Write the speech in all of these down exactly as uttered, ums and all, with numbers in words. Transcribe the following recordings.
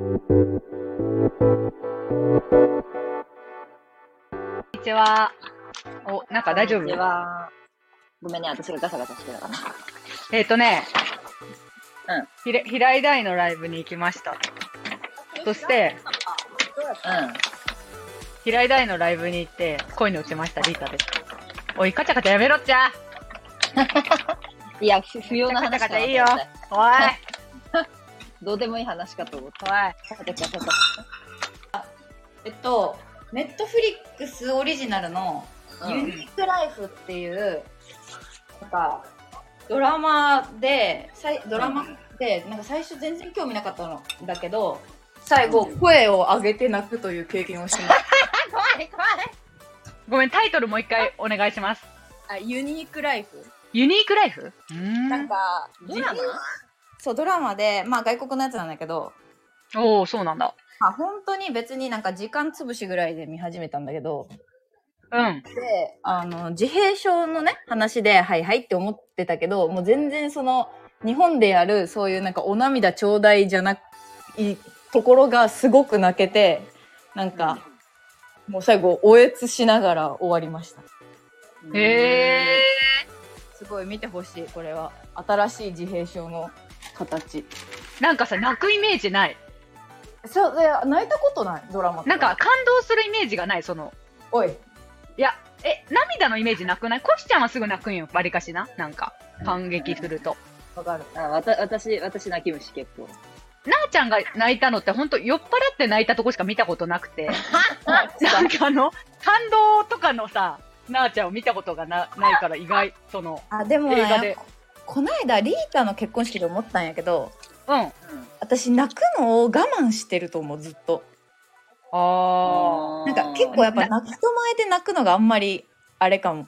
にちは。お、なんか大丈夫？ こんにちは。ごめんね、私がガサガサしてるから。 えっとね、 うん。 ひら、平井大のライブに行きました。そして、 うん。 平井大のライブに行って、恋に落ちました、リータです。おい、カチャカチャやめろっちゃいや、不不要な話かなと思って。 カチャカチャいいよ。おい。 どうでもいい話かと思って。 おい。 カチャカチャカチャ。 えっと、ネットフリックスオリジナルのユニークライフっていう、なんか、ドラマで、さいドラマで、なんか最初全然興味なかったのだけど、最後、声を上げて泣くという経験をしてます。 怖い怖い。 ごめん、タイトルもう一回お願いします。 あ、ユニークライフ。 ユニークライフ？うーん。 なんか、 ドラマ？ そう、ドラマで、まあ外国のやつなんだけど、 おー、そうなんだ。 まあ本当に別になんか時間つぶしぐらいで見始めたんだけど、 うん。 で、あの、自閉症のね、話で、はいはいって思ってたけど、もう全然その、日本でやる、そういうなんかお涙ちょうだいじゃないところがすごく泣けて、なんか、もう最後、おえつしながら終わりました。 へすごい見てほしい、これは。新しい自閉症の形。 ー。なんかさ、泣くイメージない。 そう、いや泣いたことない、ドラマとか。 なんか感動するイメージがない、その。 おい。 いや、え、涙のイメージなくない？コシちゃんはすぐ泣くんよ、わりかしな。なんか、感激すると。 わかる。 あ、わた、私、私泣き虫結構。 なあちゃんが泣いたのってほんと酔っ払って泣いたとこしか見たことなくて。なんかあの、感動とかのさ、なあちゃんを見たことがな、ないから意外、その、 あ、でも映画でね、こないだリータの結婚式で思ったんやけど、 うん。 私泣くのを我慢してると思う、ずっと。 あなんか結構やっぱ泣き人前で泣くのがあんまりあれかも。 ー。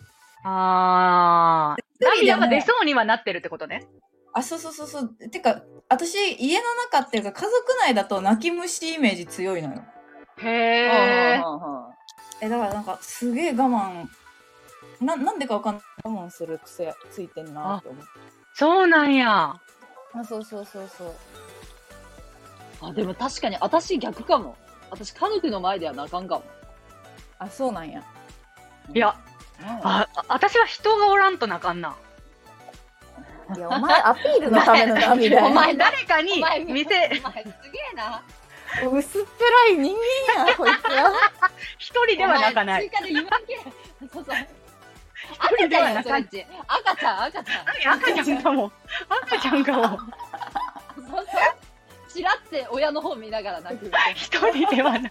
あー。涙が出う。 そうにはなってるってことね。 あ、そうそうそうそう。てか、私家の中っていうか家族内だと泣き虫イメージ強いのよ。 へー。 え、だからなんかすげえ我慢、な、なんでかわかんない我慢する癖ついてんなって思って。 そうなんや。 あ、そうそうそうそう。 あ、でも確かに私逆かも。私家族の前では泣かんかも。 あ、そうなんや。 いや、あ、あ私は人がおらんと泣かんな。 いや、お前アピールのための涙や。 お前誰かにお前見せ、 お前すげえな。 薄っぺらい人間や、こいつは。 一人では泣かない。 追加で言わんけ。そうそう。 一人では泣かない。 赤ちゃんよ、それっち。赤ちゃん、赤ちゃん。 赤ちゃんかも。赤ちゃんかも。 そうそう。チラって親の方見ながら泣く。 一人ではない。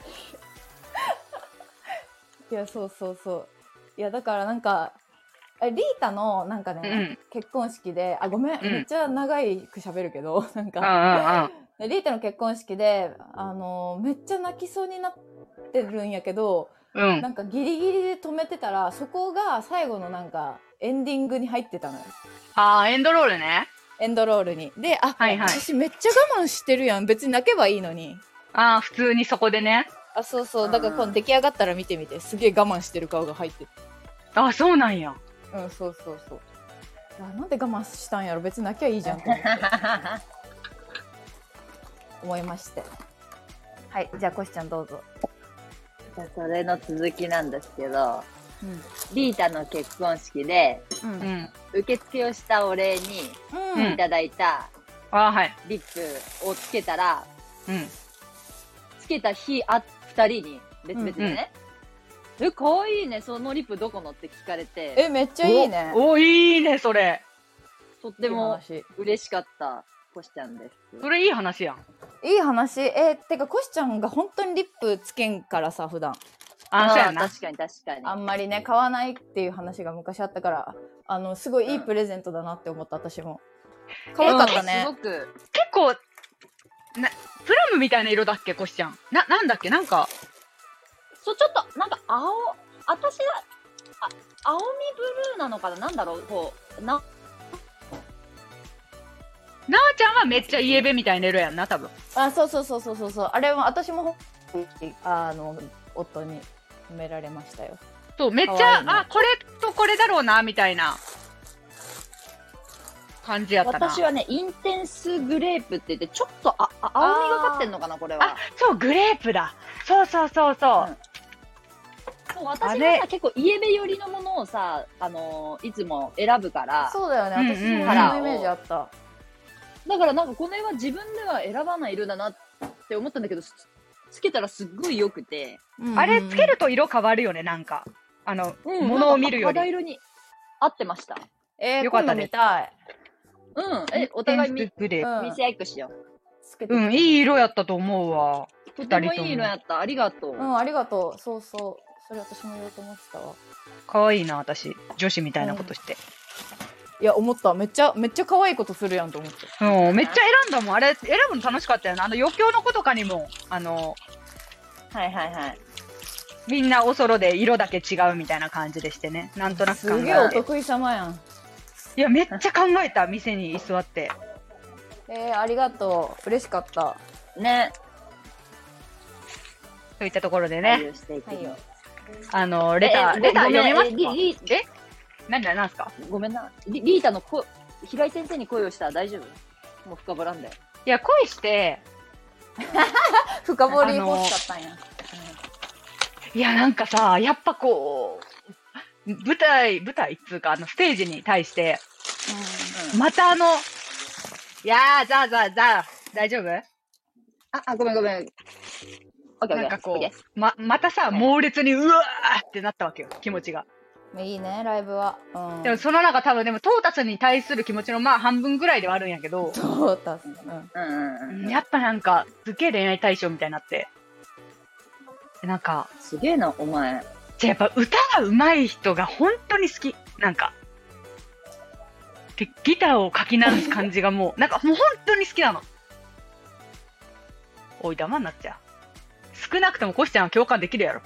いや、そうそうそう。いや、だからなんか、えリータのなんかね、 うん。 結婚式で、あ、ごめん、 うんめっちゃ長いく喋るけど、なんうんか、 うんでリータの結婚式で、あの、めっちゃ泣きそうになってるんやけど、 うん。 なんかギリギリで止めてたら、そこが最後のなんか、エンディングに入ってたのよ。 あー、エンドロールね。 エンドロールに。で、あ、 はいはい私めっちゃ我慢してるやん。別に泣けばいいのに。 あー、普通にそこでね。 あ、そうそう。だから今度出来上がったら見てみて。すげえ我慢してる顔が入ってて。 あー、そうなんや。 うん、そうそうそう。いや、なんで我慢したんやろ、別に泣きゃいいじゃんって思って思いまして。はい、じゃあコシちゃんどうぞ。 じゃあそれの続きなんですけど、 うんリータの結婚式でうんう。ん。 受付をしたお礼にうんいただいたあー、はい。 リップをつけたら、 うん。 つけた日あ二人に別々でね、え、かわいいね、そのリップどこのって聞かれて、 え、めっちゃいいね。 お、おいいね、それ。 とってもいい話。 嬉しかったコシちゃんです。 それいい話やん。 いい話。えーてかコシちゃんが本当にリップつけんからさ、普段あー、そうやな。 確かに確かに。 あんまりね買わないっていう話が昔あったから、あのすごいいいプレゼントだなって思った、私も。可愛かったねす。ごく。 結構、な、プラムみたいな色だっけ、コシちゃん。な、なんだっけ、なんか。 そう、ちょっと、なんか青、私は、あ、青みブルーなのかな、なんだろう、こう、な、 なあちゃんはめっちゃイエベみたいな色やんな、多分。 あ、そうそうそうそうそうそう。あれは私もあの夫に褒められましたよ。 そう、めっちゃ、 かわいいねあ、これとこれだろうな、みたいな感じやったな。 私はね、インテンスグレープって言って、ちょっとああ青みがかっってんのかな、これあは。、 そう、グレープだ。そうそうそうそう。 うんそう私はあれさ、結構イエベ寄りのものをさ、あのーいつも選ぶから、 そうだよね。 うんうん私もうんそのイメージあった。 だからなんかこの絵は自分では選ばない色だなって思ったんだけど、つつけたらすっごい良くて、 あれつけると色変わるよね、なんか。あの、 うん、 物を見るより。 なんか肌色に合ってました。 えー、今度よかったです見たい。 うん、え、お互い見、 グレーうん見せ合いっこしよつけてうん、いい色やったと思うわ。 う。とてもいい色やった。ありがとう。 うん、ありがとう。そうそう。それ私も言おうと思ってたわ。 可愛いな、私。女子みたいなことして。 いや、思った。めっちゃ、めっちゃ可愛いことするやんと思って。 うん、めっちゃ選んだもん。あれ、選ぶの楽しかったよね。あの、余興の子とかにも、あの、 はいはいはい。 みんなおそろで色だけ違うみたいな感じでしてね。なんとなく考すげえおえて。 得意様やん。 いや、めっちゃ考えた、店に居座って。 えー、ありがとう。嬉しかった。 ね。 といったところでね、 対応していきはいよます。 あの、レター、 えレターごめん読めますかえリリえ何だ、なんすかごめんな。リリータのこ平井先生に恋をしたら大丈夫？もう深掘らんで。 いや、恋して、 深掘り欲しかったんや。 いや、なんかさ、やっぱこう、舞台、舞台っつうか、あの、ステージに対して、 うんまたあの、いやー、ざあざあざあ、大丈夫あ、あ、ごめんごめん。オッケーオッケー。 なんかこオッケーう、ま、またさ、猛烈に、うわーってなったわけよ、気持ちが。 うん。いいね、ライブは。うん。 でも、その中多分、でも、トータスに対する気持ちの、まあ、半分ぐらいではあるんやけど、 そうだす。うん。 うんうんうん。 やっぱなんか、すっげえ恋愛対象みたいになって。でなんか、 すげえな、お前。 じゃあやっぱ歌が上手い人が本当に好き。なんか。で、ギターをかき鳴らす感じがもう、なんかもう本当に好きなの。おい、黙んなっちゃう。少なくともコシちゃんは共感できるやろ。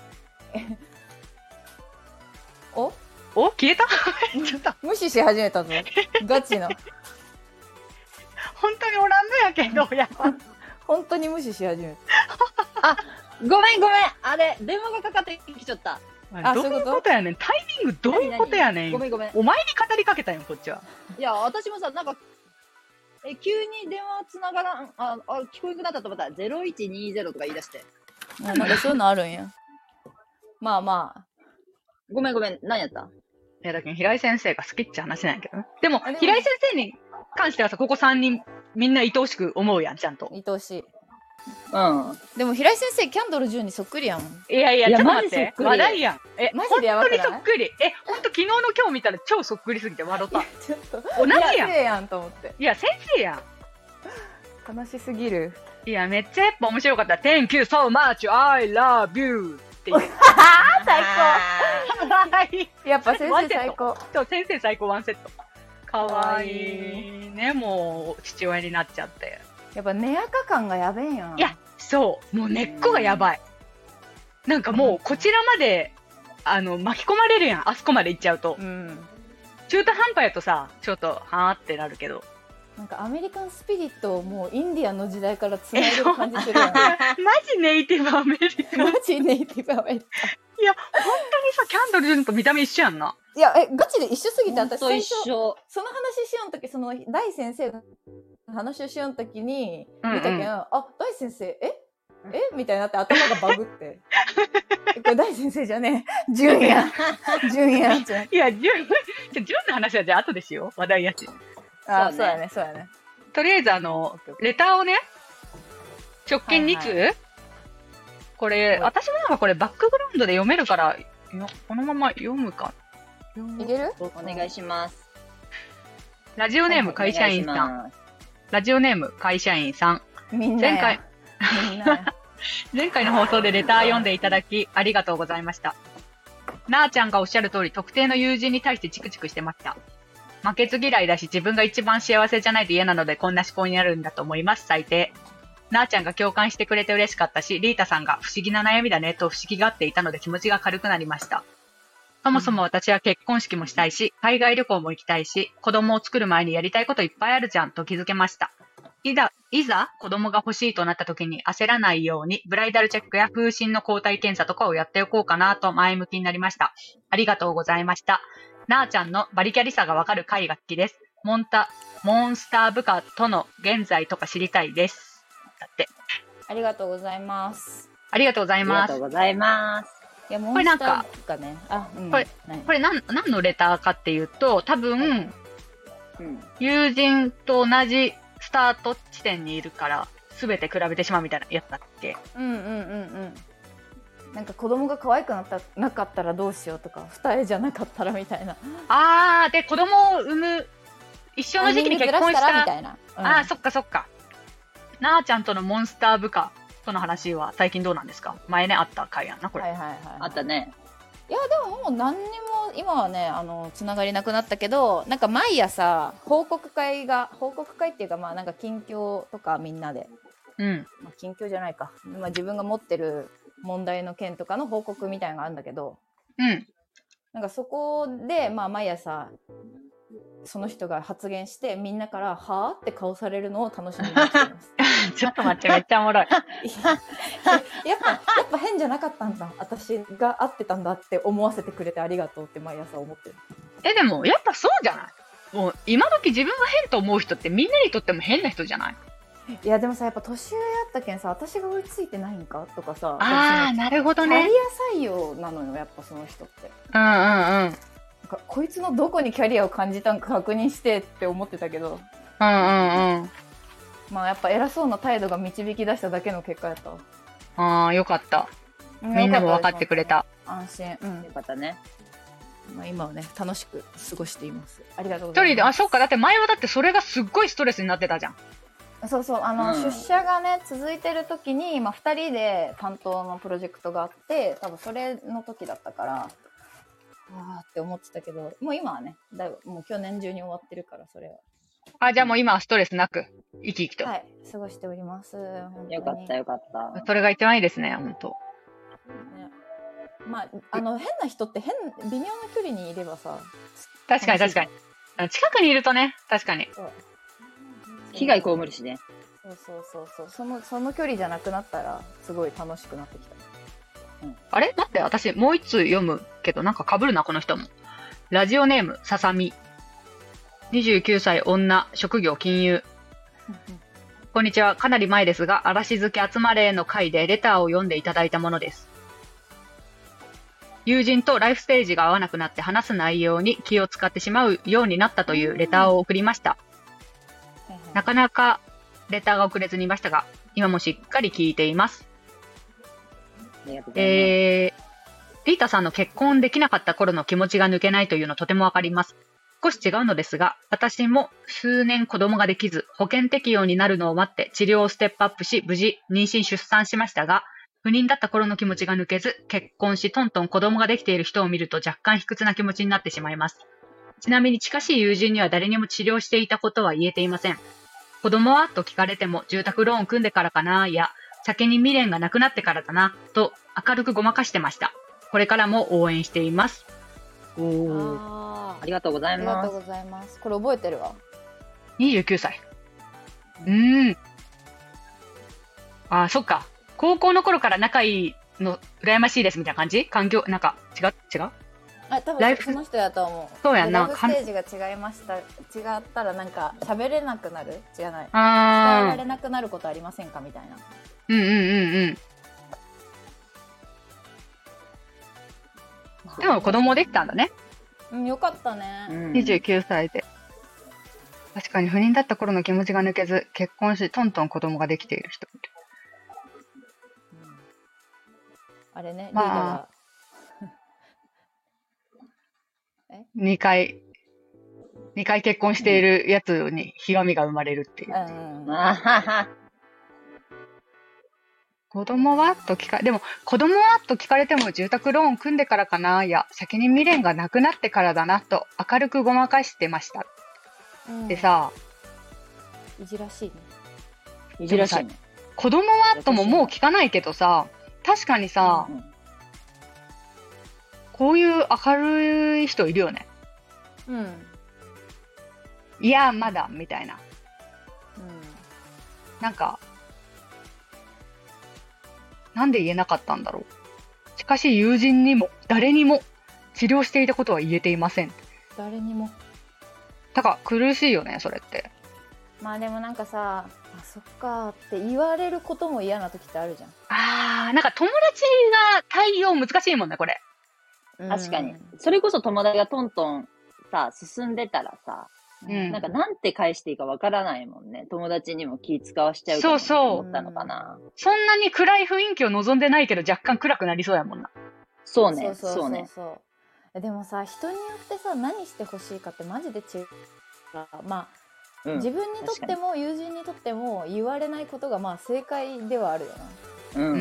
おお消えたちょっと、 無視し始めたぞ。ガチの。 本当におらんのやけど、やっぱ。 本当に無視し始めた。 ごめんごめん。あれ、電話がかかってきちゃった。 どういうあそういうことことやねん。タイミングどういうことやねん。 ごめんごめん。 お前に語りかけたよ、こっちは。 いや、私もさ、なんか、え、急に電話つながらん、あ、あ聞こえなくなったと思ったら、ゼロいちにゼロとか言い出して。 うんなんかそういうのあるんや。まあまあ。 ごめんごめん。何やった？ いや、だけど平井先生が好きっちゃ話なんやけどね。でもあで、も平井先生に関してはさ、ここさんにん、みんな愛おしく思うやん、ちゃんと。 愛おしい。 うん。 でも平井先生、キャンドルじゅうにそっくりやもん。 いやいや、 いやちょっと待って。 マジそっくり話題やん。え、 マジでやばくない本当にそっくり。え、本当昨日の今日見たら超そっくりすぎて笑った。 ちょっと。 同じやん。 先生やんと思って。 いや、先生や悲しすぎる。 ん。いや、めっちゃやっぱ面白かった。Thank you so much, I love you っていう。 あー最はい。 高。やっぱ先ワンセット生最高。 そう、先生最高ワンセット。かわいい。ね、もう、父親になっちゃって。 やっぱ根垢感がやべえよな。 いや、そう。もう根っこがやばい。なんかもう、こちらまで、あの、巻き込まれるやん。あそこまで行っちゃうと。 うん。 中途半端やとさ、ちょっと、はーってなるけど。 なんかアメリカンスピリットをもうインディアンの時代から繋いでる感じするよね。 マジネイティブアメリカン。 マジネイティブアメリカン。 いや、本当にさ、キャンドルズと見た目一緒やんな。 いや、え、ガチで一緒すぎて、 ほんと一私最初、 緒。 その話しよんとき、その大先生の話をしよんときに、 うんうん見たけん、あ、大先生、ええみたいになって頭がバグって。えこれ大先生じゃねえ。純や。純や。ってなっていや、ジュン、じゃ、ジュンの話はじゃあ後でしよう。話題やし。 あ、 そねそううやね、そうやね。 とりあえずあの、レターをね、直近に通、 はいこれ、私もなんかこれバックグラウンドで読めるから、よこのまま読むか。 いけるお願いします。 ラジオネーム会社員さん。 お願いします。 ラジオネーム会社員さん。 みんなや。 前回、 みんなや。 前回の放送でレター読んでいただき、ありがとうございました。なあちゃんがおっしゃる通り、特定の友人に対してチクチクしてました。負けず嫌いだし、自分が一番幸せじゃないと嫌なので、こんな思考になるんだと思います。最低。なあちゃんが共感してくれて嬉しかったし、リータさんが不思議な悩みだねと不思議がっていたので気持ちが軽くなりました。そもそも私は結婚式もしたいし、海外旅行も行きたいし、子供を作る前にやりたいこといっぱいあるじゃんと気づけました。いざ、いざ子供が欲しいとなった時に焦らないように、ブライダルチェックや風疹の抗体検査とかをやっておこうかなと前向きになりました。ありがとうございました。なあちゃんのバリキャリさがわかる回が好きです。モンタ、モンスター部下との現在とか知りたいです。だって。 ありがとうございます。 ありがとうございありがます。 とうございます。いや、モンスタこれなんかーがね、あ、うん。 これ何これ何、何のレターかっていうと、多分、 うん。 友人と同じスタート地点にいるから、すべて比べてしまうみたいなやつだっけ？ うんうんうんうん。なんか子供が可愛くなったなかったらどうしようとか、二重じゃなかったらみたいな。 あー、で、子供を産む、一緒の時期に結婚した。 タイミングずらしたらみたいな。うん、 あー、そっかそっか。なーちゃんとのモンスター部下との話は最近どうなんですか？前ね、あった回やんな、これ。 はいはいはい。 あったね。 いやでももう何にも今はねあのつながりなくなったけど、なんか毎朝報告会が報告会っていうかまあなんか近況とかみんなで、 うん。 まあ、近況じゃないか、まあ、自分が持ってる問題の件とかの報告みたいなのがあるんだけど、 うん。 なんかそこでまあ毎朝その人が発言してみんなからはぁって顔されるのを楽しみにしていますちょっと待って、めっちゃおもろい。 やっぱやっぱ変じゃなかったんだ、私が合ってたんだって思わせてくれてありがとうって毎朝思ってる。 え、でも、やっぱそうじゃないもう、今時自分が変と思う人ってみんなにとっても変な人じゃない？ いやでもさやっぱ年上やったけんさ、私が追いついてないんかとかさ、 あー、なるほどね。 キャリア採用なのよやっぱその人って。 うんうんうん。 なんかこいつのどこにキャリアを感じたんか確認してって思ってたけど、 うんうんうん。 まあやっぱ偉そうな態度が導き出しただけの結果やったわ。 あー、よかった。みんなも分かってくれた。 安心。うん。 よかったね。 まあ今はね楽しく過ごしています。ありがとうご一ざいます。 人で、あ、そっか。だって前はだってそれがすっごいストレスになってたじゃん。 そうそう、あの、 うん出社がね続いてる時に、まあ、ふたりで担当のプロジェクトがあって、多分それの時だったからあーって思ってたけど、もう今はねだいぶもう去年中に終わってるから、それはあ、じゃあもう今はストレスなく、生き生きと。 はい過ごしております。本当によかったよかった。 それが一番いいですね、ほんと。 ね、まああの変な人って変微妙な距離にいればさ、 確かに確かに。あ近くにいるとね、確かに。 そう被害被るしね。 そうそうそうそう、そのその距離じゃなくなったらすごい楽しくなってきた。 あれ待って、私もう一通読むけど、なんか被るな、この人も。ラジオネーム、ささみ。にじゅうきゅうさい女、職業金融。こんにちは。かなり前ですが、嵐漬け集まれの回でレターを読んでいただいたものです。友人とライフステージが合わなくなって話す内容に気を使ってしまうようになったというレターを送りました。なかなかレターが送れずにいましたが、今もしっかり聞いています。 ありがとうございます。 えー、リータさんの結婚できなかった頃の気持ちが抜けないというのとてもわかります。少し違うのですが、私も数年子供ができず、保険適用になるのを待って治療をステップアップし、無事妊娠出産しましたが、不妊だった頃の気持ちが抜けず、結婚しトントン子供ができている人を見ると若干卑屈な気持ちになってしまいます。ちなみに近しい友人には誰にも治療していたことは言えていません。子供はと聞かれても、住宅ローン組んでからかな、や、先に未練がなくなってからだな、と明るくごまかしてました。これからも応援しています。おー。 あありがとうござあいます。 りがとうございます。これ覚えてるわ。 にじゅうきゅうさい。うーん。あ、そっか。高校の頃から仲いいの、羨ましいですみたいな感じ？環境、なんか、違う違うあ、多ライフ分その人やと思う。 そうやんなライフステージが違いました。違ったらなんか喋れなくなる？違うない。伝えあー。 られなくなることありませんかみたいな。 うんうんうんうん。でも子供できたんだね。 うん、よかったね。 うんにじゅうきゅうさいで。確かに不妊だった頃の気持ちが抜けず、結婚し、トントン子供ができている人。 あれね、リーまあダが。 にかい、にかい結婚しているやつにひがみが生まれるっていう。 うんうん。 あはは。 子供はと聞か、でも子供はと聞かれても住宅ローン組んでからかな、や、先に未練がなくなってからだな、と明るくごまかしてました。 うんでさ、 いじらしいね。 いじらしいね。 子供はとももう聞かないけどさ、確かにさ、 うんこういう明るい人いるよね。 うん。うん。 いや、まだ、みたいな。なんか、なんで言えなかったんだろう。しかし友人にも誰にも治療していたことは言えていません。 誰にも。 だから苦しいよね、それって。 まあでもなんかさ、 そっかって言われることも嫌な時ってあるじゃん。 あー、なんか友達が対応難しいもんね、これ。 確かに。それこそ友達がトントンさ、進んでたらさ、 うん。 なんかなんて返していいかわからないもんね。友達にも気使わしちゃうかもそうそう思ったのかな。 そんなに暗い雰囲気を望んでないけど、若干暗くなりそうやもんな。 そうね、 そうそうそうね。 そうでもさ、人によってさ、何してほしいかってマジで違うからまあ、 うん、 自分にとっても友人にとっても言われないことがまあ正解ではあるよな。 うん。 うん。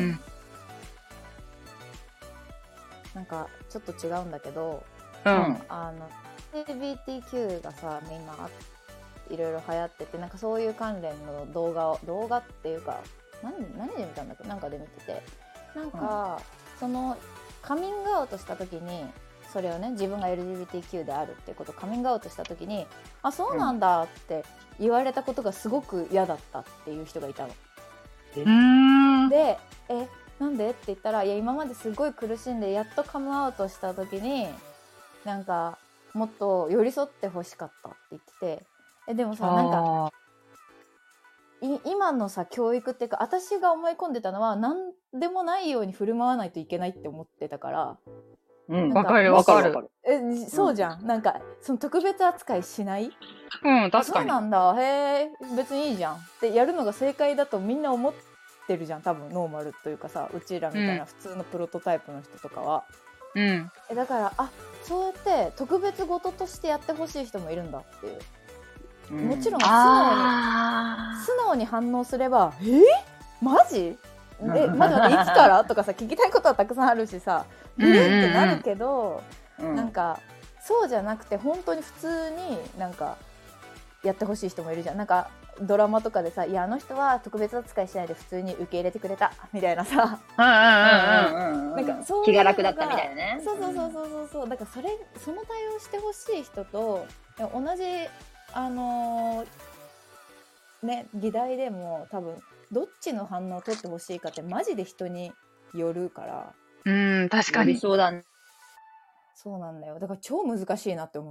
なんかちょっと違うんだけど、 うん。 あの エルジービーティーキュー がさ、今いろいろ流行ってて、なんかそういう関連の動画を動画っていうか何何で見たんだっけ、なんかで見てて、なんか、うん、そのカミングアウトした時に、それをね、自分が エルジービーティーキュー であるっていうことをカミングアウトした時に、あ、そうなんだって言われたことがすごく嫌だったっていう人がいたの。 うーん。 で、え、なんでって言ったら、いや今まですごい苦しんでやっとカムアウトした時に、なんかもっと寄り添ってほしかったって言ってて、えでもさ、なんかい今のさ教育っていうか、私が思い込んでたのは何でもないように振る舞わないといけないって思ってたから。 うん、 わかるわかる。 え、そうじゃん、うん、なんかその特別扱いしない。 うん、確かに。 そうなんだ、へえ、別にいいじゃんってやるのが正解だとみんな思ってるじゃん、多分ノーマルというかさ、うちらみたいな普通のプロトタイプの人とかは。 うん。 えだから、あ、そうやって特別事としてやってほしい人もいるんだっていう。うん、もちろん素直に素直に反応すれば、えー、マジ？え、まだまだいつからとかさ、聞きたいことはたくさんあるしさ、えーってなるけど、うんうん、なんかそうじゃなくて本当に普通になんかやってほしい人もいるじゃん。なんかドラマとかでさ、いやあの人は特別扱いしないで普通に受け入れてくれたみたいなさ、 なんかそういう気が楽だったみたいなね。 そうそうそうそうそう。だからそれその対応してほしい人と同じあのー、ね議題でも多分どっちの反応を取ってほしいかってマジで人によるから。 うん、確かに。 そうだね。 そうなんだよ。だから超難しいなって思った。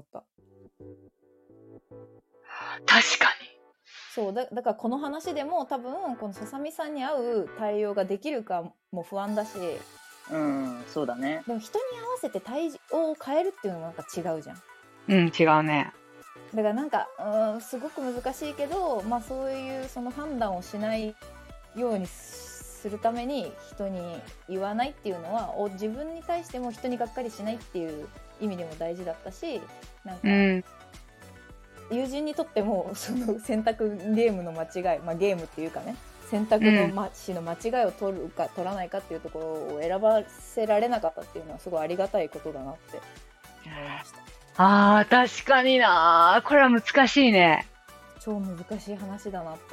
確かに。 そうだ、だからこの話でも多分このささみさんに合う対応ができるかも不安だし。 うん、そうだね。 でも人に合わせて対応を変えるっていうのもなんか違うじゃん。 うん、違うね。 だからなんかうんすごく難しいけど、まあそういうその判断をしないようにするために人に言わないっていうのは、自分に対しても人にがっかりしないっていう意味でも大事だったし、なんか、うん、友人にとってもその選択ゲームの間違い、まあゲームっていうかね、選択のま、しの間違いを取るか取らないかっていうところを選ばせられなかったっていうのはすごいありがたいことだなって思いました。 あー、確かにな。これは難しいね。 超難しい話だなって。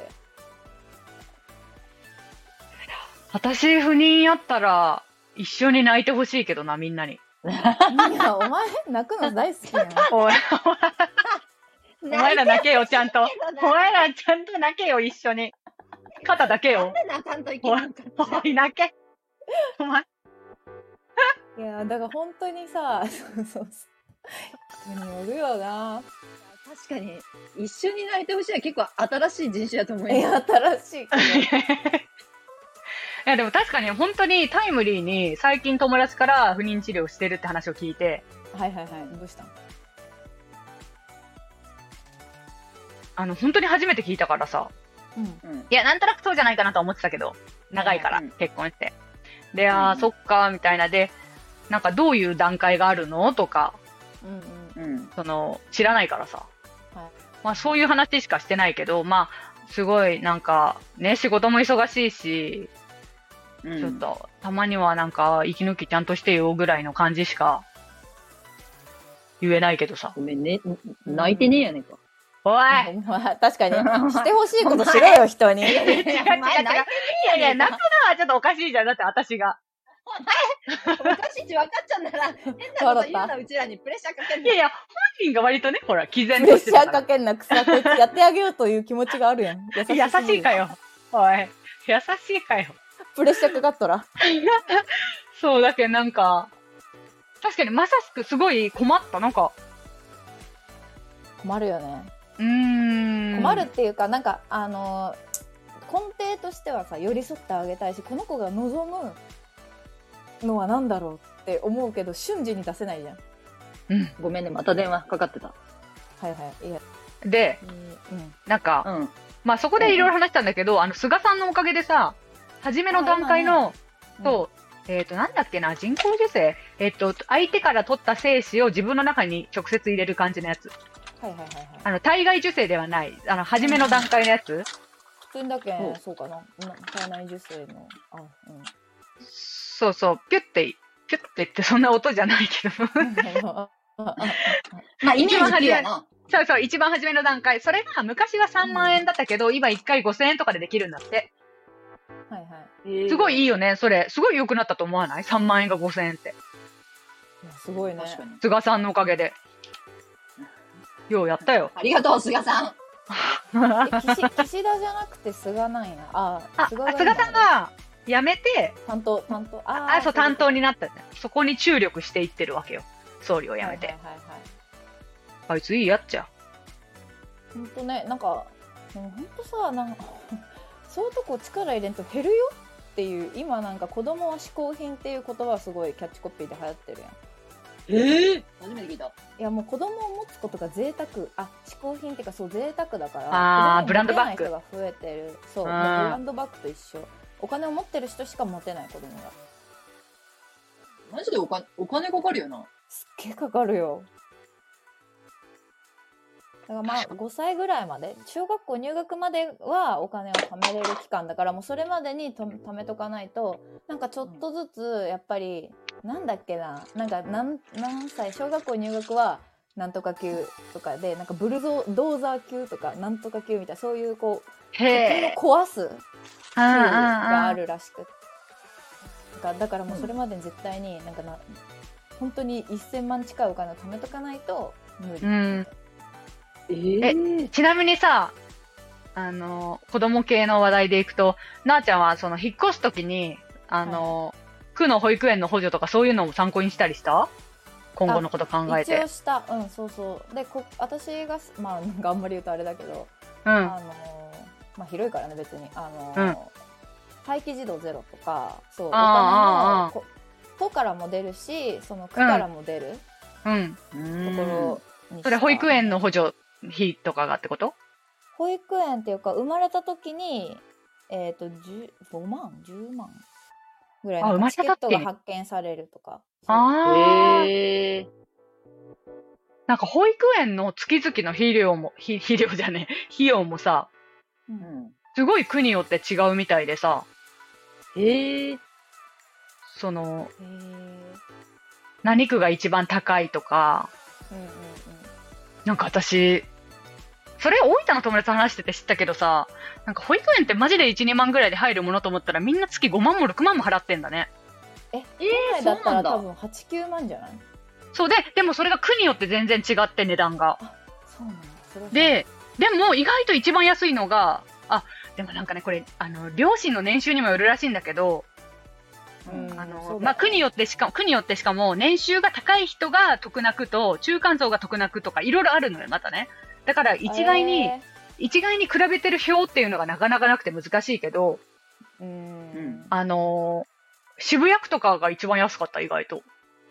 私不妊やったら一緒に泣いてほしいけどな、みんなに。 いや、お前泣くの大好きやん。 お前お前ら泣けよ、ちゃんと。お前らちゃんと泣けよ、一緒に。肩だけよ。おい、泣け。お前。 いや、だから本当にさ、そうそう。人によるよな。 確かに一緒に泣いてほしいは結構新しい人種だと思います。 え、新しい。いやでも確かに本当にタイムリーに最近友達から不妊治療してるって話を聞いて、 はいはいはい、どうしたの？ あの本当に初めて聞いたからさ、うん、いやなんとなくそうじゃないかなと思ってたけど、長いから、うん、結婚して、で、あー、うん、そっかみたいなで、なんかどういう段階があるのとか、うんうん、その知らないからさ、はい、まあそういう話しかしてないけど、まあすごいなんかね、仕事も忙しいし、うん、ちょっとたまにはなんか息抜きちゃんとしてよぐらいの感じしか言えないけどさ。 ごめんね、泣いてねえやねんか。 おい、 確かにしてほしいことしろよ人に。いやいや、 違う違う違う。いやいや、泣くのはちょっとおかしいじゃん。だって私が。 おかしいって分かっちゃうんなら、変なこと言うな、うちらにプレッシャーかけんな。 いやいや、本人が割とね、ほら、毅然としてたから。プレッシャーかけんな、くさ、こいつやってあげようという気持ちがあるやん。 優しい。優しいかよ。おい、優しいかよ。 プレッシャーかかっとら。 そう、だけどなんか、確かにまさしくすごい困った、なんか。 困るよね。 うーん。 困るっていうか、なんか、あの、 底としてはさ寄り添ってあげたいし、この子が望むのは何だろうって思うけど瞬時に出せないじゃん。 うん。 ごめんね、また電話かかってた。 はいはいいやで、 うん、 なんか、 うん。 まあそこでいろいろ話したんだけど、あの、菅さんのおかげでさ、初めの段階の、そう、えっ、と、なんだっけな、人工授精えっ、と、相手から取った精子を自分の中に直接入れる感じのやつ。 はいはいはいはい。 あの、体外受精ではない、あの、初めの段階のやつ。 普通だけうんそうかな。体内受精の。あ、うん。 そうそう、ピュッて、ピュッてってそんな音じゃないけど。 まあ、イメージ的やな。 そうそう、一番初めの段階。それが昔はさんまんえんだったけど、今いっかいごせんえんとかでできるんだって。 はいはい。 すごいいいよね、それ。すごい良くなったと思わない ?さんまんえんがごせんえんって。 いやすごいね。 確かに。 菅さんのおかげで。ようやったよ。 ありがとう、菅さん。 え岸岸田じゃなくて菅なんや。あ、 あ、 菅が今菅さんが辞めて、 担当担当ああ、そう、担当になったね。そこに注力していってるわけよ。総理を辞めて。 はいはいはいはい。 あいついいやっちゃ。 ほんとね、なんか、ほんとさ、なんかそういうとこ力入れんと減るよっていう、今なんか子供は嗜好品っていう言葉はすごいキャッチコピーで流行ってるやん。 ええー、初めて聞いた。 いやもう子供を持つことが贅沢、あ、嗜好品っていうかそう贅沢だから、 あー子供を持てないブランドバッグ人が増えてる。そう、 うんもうブランドバッグと一緒。お金を持ってる人しか持てない子供が。 マジでお金、お金かかるよな。 すっげえかかるよ。だからまあごさいぐらいまで、小学校入学まではお金を貯めれる期間だから、もうそれまでにと貯めとかないと、なんかちょっとずつやっぱり、なんだっけな、なんか何何歳、小学校入学はなんとか級とかで、なんかブルゾードーザー級とかなんとか級みたいな、そういうこうへ貯金を壊す級あがある。 るらしくて、だからだからもうそれまでに絶対になんかな、本当にせんまん近いお金を貯めとかないと無理。 うん。 えー、 ちなみにさ、あの、子供系の話題でいくと、なあちゃんはその引っ越すときに、あの、区の保育園の補助とかそういうのも参考にしたりした？今後のこと考えて一応。した。うん、そうそうでこ私がまあなんかあんまり言うとあれだけど、 うん。 あのまあ広いからね別に、あの、 うん待機児童ゼロとか、そう、おあーあーあー金もこ都からも出るし、その区からも出るうん。 ところにした。 それ保育園の補助費とかがってこと？ 保育園っていうか生まれた時にえっ、とごまんじゅうまんぐらいあなんかチケットが生まれた時に発券されるとか。そうああ。 えー、 なんか保育園の月々の肥料も、肥肥料じゃねえ、費用もさ、 ううんん。 すごい区によって違うみたいでさ、 ええー、 その、 へー何区が一番高いとか、 うんうんうんなんか私、それ大分の友達と話してて知ったけどさ、なんか保育園ってマジでいち、にまんぐらいで入るものと思ったらみんな月ごまんもろくまんも払ってんだね。 え、 えー都内だったそうなんだら多分はち、きゅうまんじゃない？ そうで、でもそれが区によって全然違って値段が。 そうなの。それはで、でも意外と一番安いのが、あ、でもなんかね、これ、あの、両親の年収にもよるらしいんだけど、 うんあの、 そうだまあ、区によってしかも、区によってしかも、年収が高い人が得な区と、中間層が得な区とか、いろいろあるのよ、またね。だから、一概に、 え一概に比べてる表っていうのがなかなかなくて難しいけど、 ー、うんあのー渋谷区とかが一番安かった、意外と。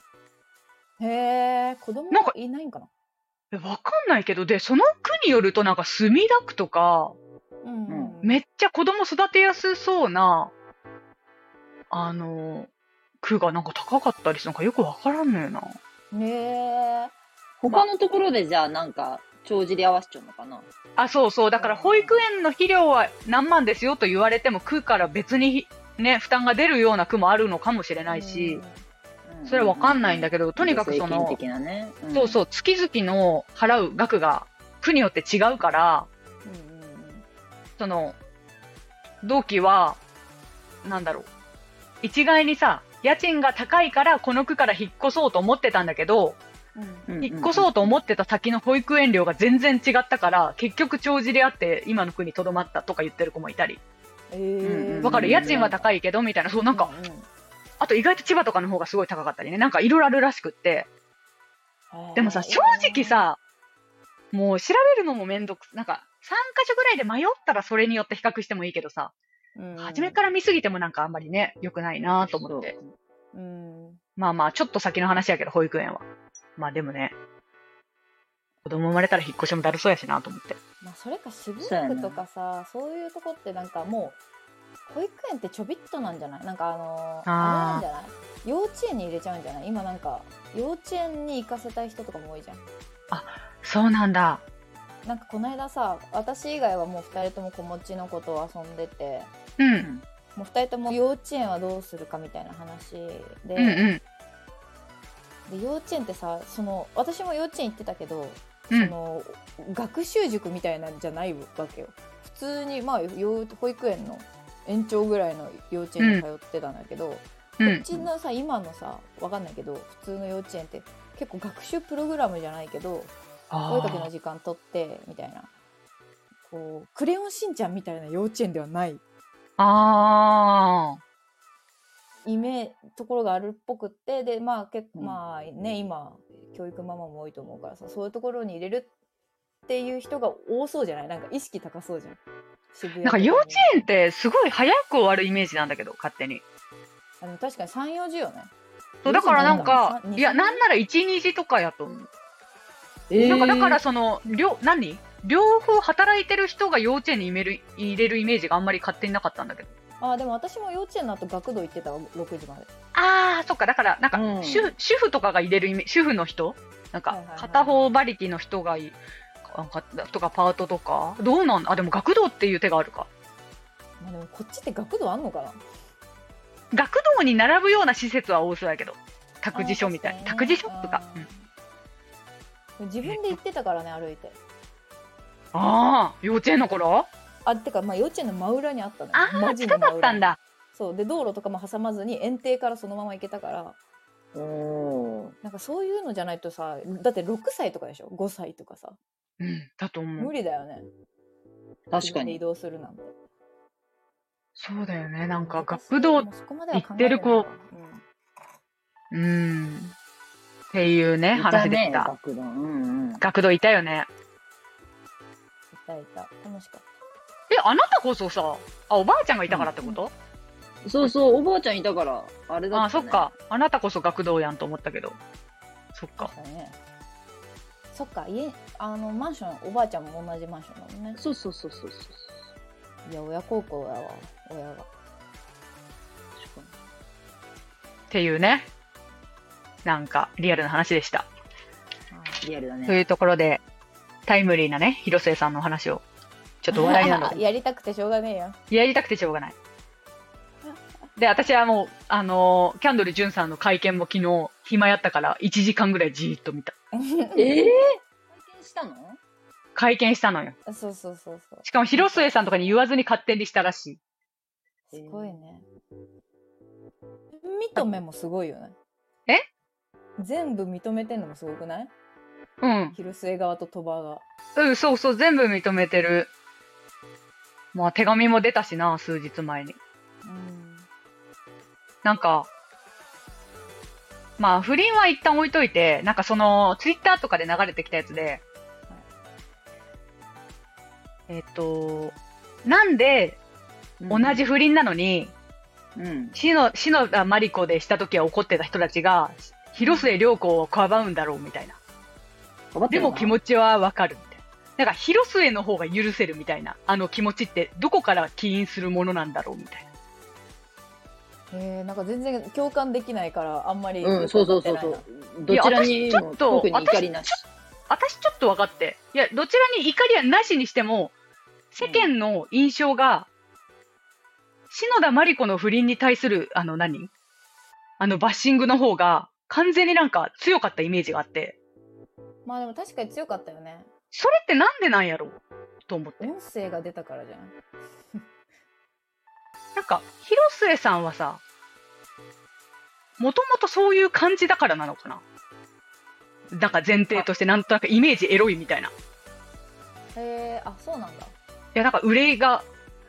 へえ、子供なんかいないんかな？ えわかんないけど、で、その区によるとなんか墨田区とか、 うんうんうん、 めっちゃ子供育てやすそうな、あのー区がなんか高かったりするのかよくわからんのよな。 ねえ。 他のところでじゃあなんか、帳尻合わせちゃうのかな。 あ、そうそう。だから保育園の肥料は何万ですよと言われても区から別にね、負担が出るような区もあるのかもしれないし、それはわかんないんだけど、とにかくその、 的なね、うんそうそう、月々の払う額が区によって違うから、 うんうんうんその、同期は、なんだろう、一概にさ、家賃が高いからこの区から引っ越そうと思ってたんだけど、 うんうん引っ越そうと思ってた先の保育園料が全然違ったから、結局帳尻あって今の区に留まったとか言ってる子もいたり。 えうんー、 わかる、家賃は高いけど、みたいな、そうなんか、 うあと意外と千葉とかの方がすごい高かったりね、なんかいろいろあるらしくって。 んうん、 でもさ、正直さ、もう調べるのもめんどく、なんか、 さん箇所ぐらいで迷ったらそれによって比較してもいいけどさ、 うん初めから見すぎてもなんかあんまりね、良くないなと思って。 うん。 まあまあ、ちょっと先の話やけど、保育園は。まあでもね、子供生まれたら引っ越しもだるそうやしなと思って。 まあそれか渋そうやな谷区とかさ、そういうとこってなんかもう保育園ってちょびっとなんじゃない？なんかあのー、 あーあれなんじゃない？幼稚園に入れちゃうんじゃない？今なんか幼稚園に行かせたい人とかも多いじゃん。 そうなんだ。 なんかこの間さ、私以外はもうふたりとも子持ちの子と遊んでて、 うん。 もうふたりとも幼稚園はどうするかみたいな話で、 うんうん。 で幼稚園ってさ、その私も幼稚園行ってたけど、 うんその学習塾みたいなんじゃないわけよ。普通にまあ幼保育園の延長ぐらいの幼稚園に通ってたんだけど、 う。 こっちのさ今のさわかんないけど普通の幼稚園って結構学習プログラムじゃないけどお絵かきの時間取ってみたいな、こうクレヨンしんちゃんみたいな幼稚園ではないあイメところがあるっぽくって、でまあ結構うんまあね今教育ママも多いと思うからさ、そういうところに入れるっていう人が多そうじゃない？なんか意識高そうじゃん。渋あ。 谷なんか幼稚園園ってすごい早く終わるイメージなんだけど、勝手に。 あの確かにさん、よじよね。 そうだからなんかよじ、 いや、なんならいち、にじとかやと思う。 えなんかだからその、両、何両方働いてる人が幼稚園に入れる入れるイメージがあんまり勝手になかったんだけど。 あでも私も幼稚園の後学童行ってたわ、ろくじまで。 ああ、そっか。だから、なんか、 うん主婦、主婦とかが入れるイメージ、主婦の人なんかはいはいは、い片方馬力の人がい、なんかとかパートとかどうなんあ、でも学童っていう手があるか。 まあでもこっちって学童あんのかな？ 学童に並ぶような施設は多そうやけど。託児所みたいな。 あー確かにね託児所とか。うん自分で行ってたからね、歩いて。 ああ、幼稚園の頃あ、てか、まあ、幼稚園の真裏にあったのよ。 ああ、 マジの真裏近かったんだ。 そう。で、道路とかも挟まずに園庭からそのまま行けたから、 おーなんかそういうのじゃないとさ、だってろくさいとかでしょ？ ご 歳とかさ。 うん、だと思う無。理だよね。 確かに。 自分で移動するなんて。 そうだよね。なんか学童、 もうそこまでは考え行ってる子ないわうーん。っていうね、 いたね、 話でした。 学童。うんうん。 学童いたよね。 うん。いたいた。楽しかっえ、あなたこそさ、あ、おばあちゃんがいたからってこと、 そうそう、おばあちゃんいたから、あれだった、 あ、 ね。 そっか。あなたこそ学童やんと思ったけど。そったか。 確かにね。そっか、家、あの、マンション、おばあちゃんも同じマンションだもんね。 そうそうそうそうそう。 いや、親孝行やわ、親が。 確かっていうね。なんか、リアルな話でした。 に。リアルだといね。 うところで、タイムリーなね、広末さんのお話を、ちょっと話題なので、 やりたくてしょうがねえよ。 やりたくてしょうがない。で、私はもう、あのーキャンドル・ジュンさんの会見も昨日、暇やったから、いちじかんぐらいじーっと見た。 えー、体験したの会見したのよ。 そうそうそうそう。 しかも、広末さんとかに言わずに勝手にしたらしい。 すごいね。認めもすごいよね。 え全部認めてんのもすごくない？ うん。 広末側と鳥羽が。 うん、そうそう、全部認めてる。まあ、手紙も出たしな、数日前に。 うん。 なんか、まあ、不倫は一旦置いといて、なんかその、ツイッターとかで流れてきたやつで、えっと、なんで、同じ不倫なのに、 うん。 篠篠田麻里子でした時は怒ってた人たちが、広末涼子をかばうんだろうみたいな。でも気持ちはわかるみたいな。なんか広末の方が許せるみたいな、あの気持ちってどこから起因するものなんだろうみたいな。 えー、なんか全然共感できないからあんまりうん、そうそうそうそう。どちらにもいや私ちょっと特に怒りなし。 私ちょっと分かって。いや、どちらに怒りはなしにしても、世間の印象が、篠田麻里子の不倫に対する、あの何あのバッシングの方が、完全になんか強かったイメージがあって、 まあでも確かに強かったよね。 それってなんでなんやろうと思って。 音声が出たからじゃない？ なんか、広末さんはさ、もともとそういう感じだからなのかな。なんか前提としてなんとなくイメージエロいみたいな。いへえー、あ、そうなんだ。 や、なんか憂いが、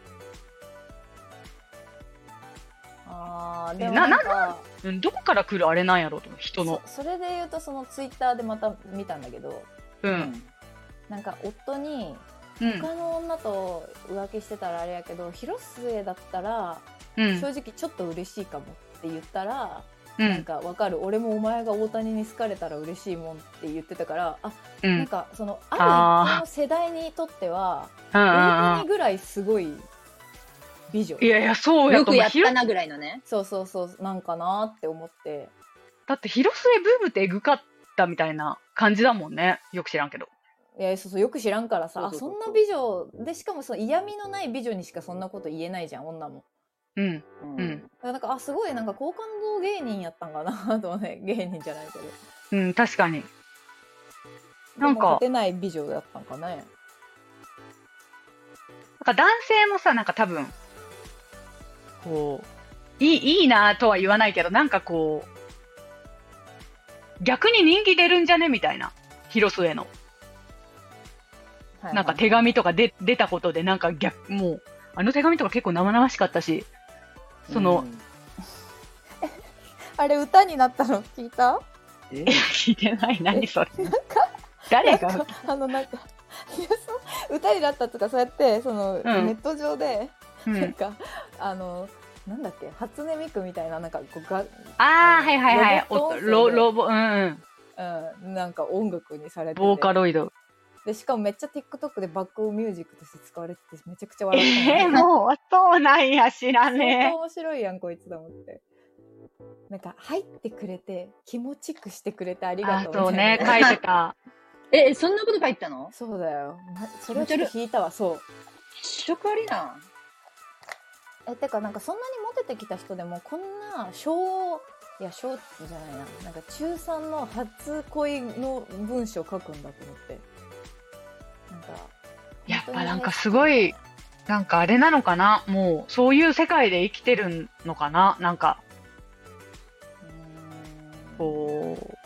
あー、でもななんか、 うん、どこから来るあれなんやろうと思う、人の。 そそれで言うとそのツイッターでまた見たんだけど、 う。 うんなんか夫にうん。 他の女と浮気してたらあれやけど、広末だったら、 うん。 正直ちょっと嬉しいかもって言ったら、 うん。 なんかわかる、俺もお前が大谷に好かれたら嬉しいもんって言ってたから、あ、 うん。 なんかそのある一定の世代にとっては大うんうんうん。 谷ぐらいすごい美女、 いやいや、そうやよくと思う。ひろやったなぐらいのね。 そうそうそうなんかなって思って、 だって広末ブームってエグかったみたいな感じだもんね。よく知らんけど。 いやそうそうよく知らんからさ、 そうそうそうそうあそんな美女で、しかもその嫌味のない美女にしかそんなこと言えないじゃん女も。 うん。 ううんん。 だからなんかあすごいなんか好感度芸人やったんかなと思って芸人じゃないけど、 うん、確かに。 でなんかも勝てない美女だったんかね。 なんか男性もさ、なんか多分、こう、いい、いいなとは言わないけど、なんかこう、逆に人気出るんじゃねみたいな。広末の。なんか手紙とかで出たことで、なんか逆、もう、あの手紙とか結構生々しかったし、その、 うんあれ歌になったの聞いた？ えいや、聞いてない。何それ。 なんか誰がなんかあのなんかいやそう歌になったとかそうやってその、 んネット上でうん。 なんかあのなんだっけ初音ミクみたいななんかこうが、 ああ、はいはいはい。 ロボットお音声でロロボ、うんうん。 うん、なんか音楽にされてて、 ボーカロイド。 でしかもめっちゃ TikTok でバックミュージックとして使われててめちゃくちゃ笑ったんえー、 やもう、そうなんや、知ら相ね当面白いやんこいつと思って。なんか入ってくれて気持ちくしてくれてありえ。あ、 がとうそうね、 みたいな書いてた。 え、そんなこと書いてたの？ そうだよ、まそれをちょっと引いたわ。そう気色悪いな。 えてかなんかそんなにモテてきた人でもこんな小いや小じゃないななんか中さんの初恋の文章書くんだと思って、なんかやっぱなんかすごい、なんかあれなのかな、もう、そういう世界で生きてるのかな、なんか、 うーんこ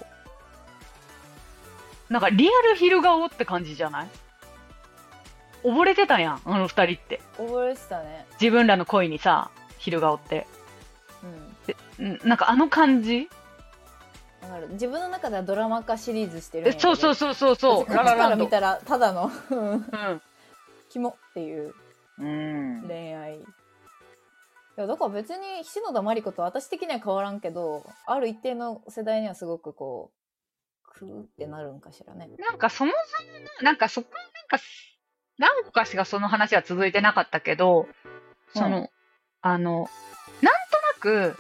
う、なんかリアル昼顔って感じじゃない？溺れてたやん、あの二人って。 覚えてたね。 自分らの恋にさ、昼顔って。 うんんなんかあの感じ？ わかる。自分の中ではドラマ化シリーズしてるんやけど、 そうそうそうそうそう、 こっちから見ド。 たらただのうんうん。 キモっていううん。 恋愛。いやだから別に篠田麻里子と私的には変わらんけど、ある一定の世代にはすごくこうクーってなるんかしらね。 なんかそもそもの、なんかそこ、なんか、何個かしかその話は続いてなかったけど、その、あの、なんとなく、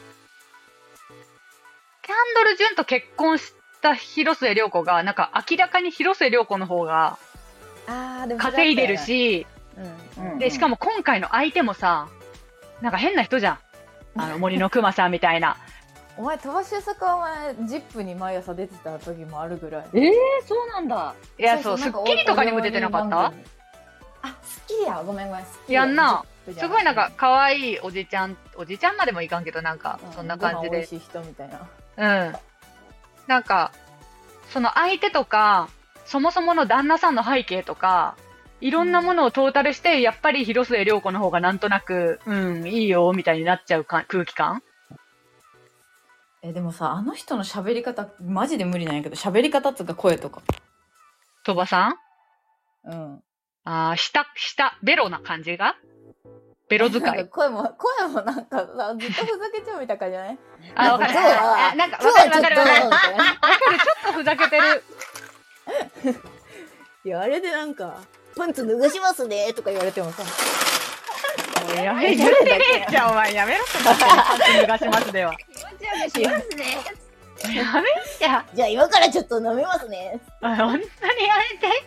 キャンドル・ジュンと結婚した広末涼子が、なんか明らかに広末涼子の方があーでも稼いでる、し、 うんうんで、しかも今回の相手もさ、なんか変な人じゃん。あの、森の熊さんみたいな。 お前鳥羽周作はお前ジップに毎朝出てた時もあるぐらい。 えー、そうなんだ。 いや、そう、スなんかッキリとかにも出てなかった？ あ、スッキリやごめんごめん。スッキリやんな。 ジップじゃすごいなんか可愛いおじちゃん、おじちゃんまでもいかんけど、なんかうそんな感じで。 ご飯美味しい人みたいな。 うん。なんか、その相手とか、そもそもの旦那さんの背景とか、いろんなものをトータルして、やっぱり広末涼子の方がなんとなく、うん、いいよ、みたいになっちゃうか空気感。 えでもさあの人の喋り方マジで無理なんやけど、喋り方とか声とか。 鳥羽さんうん。 あー、下、下、ベロな感じがベロ使なんかい。 声も声もなんかさずっとふざけちゃうみたいな感じじゃない？ あ、わかる。 今日はあなんか、 今わか日はちょっとるわかるわかる。わかる、 みたいな。 ちょっとふざけてる。 いやあれでなんかパンツ脱がしますねとか言われてもさ、 もうやめ、言ってねえじゃん、お前。やめろって、パンツ脱がしますでは。 しますね。 やめじゃん。 じゃあ今からちょっと飲みますね。 あ、本当にやめて。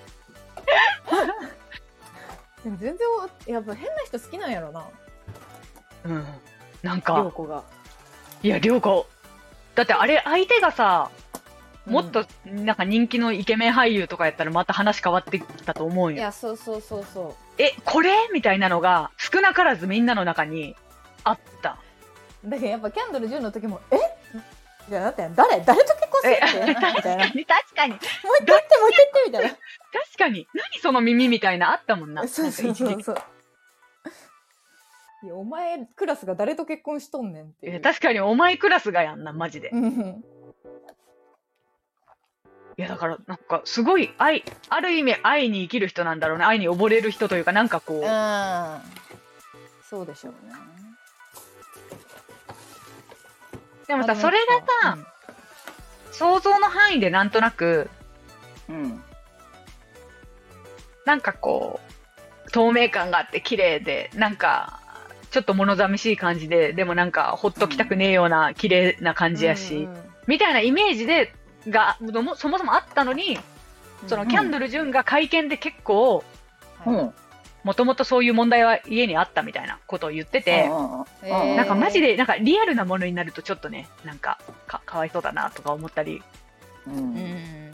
でも全然やっぱ変な人好きなんやろな、 うん。なん涼か、 子が。 いや、涼子。だってあれ、相手がさ、もっうと、なんか人気のイケメン俳優とかやったらまた話変わってきたと思うんよ。 いやそうそうそうそえ、これみたいなのが少なからずみんなの中にあった。 う。だけどやっぱキャンドルじゅうの時もえじゃあだって誰誰と結婚するえ、 って確みたいな。 かに、確かに、 もう一回言ってもう一回言ってみたいな。 確かに。何その耳みたいなあったもんな。 そうそうそなんか一時うそう。いやお前クラスが誰と結婚しとんねんっていう。 え確かにお前クラスがやんな、マジで。 うん。 いいや、だから、なんか、すごい愛、ある意味愛に生きる人なんだろうね。愛に溺れる人というか、なんかこう。 うん。そうでしょうね。 でもさ、それがさ、うん、想像の範囲でなんとなく、 うん。 なんかこう、透明感があって綺麗で、なんか、ちょっと物寂しい感じで、でもなんか、ほっときたくねえような綺麗な感じやし、うんうん、みたいなイメージで、が、そもそもあったのに、そのキャンドル・ジュンが会見で結構、もともとそういう問題は家にあったみたいなことを言ってて、なんかマジで、なんかリアルなものになるとちょっとね、なんかか、かわいそうだなとか思ったり。うん。うん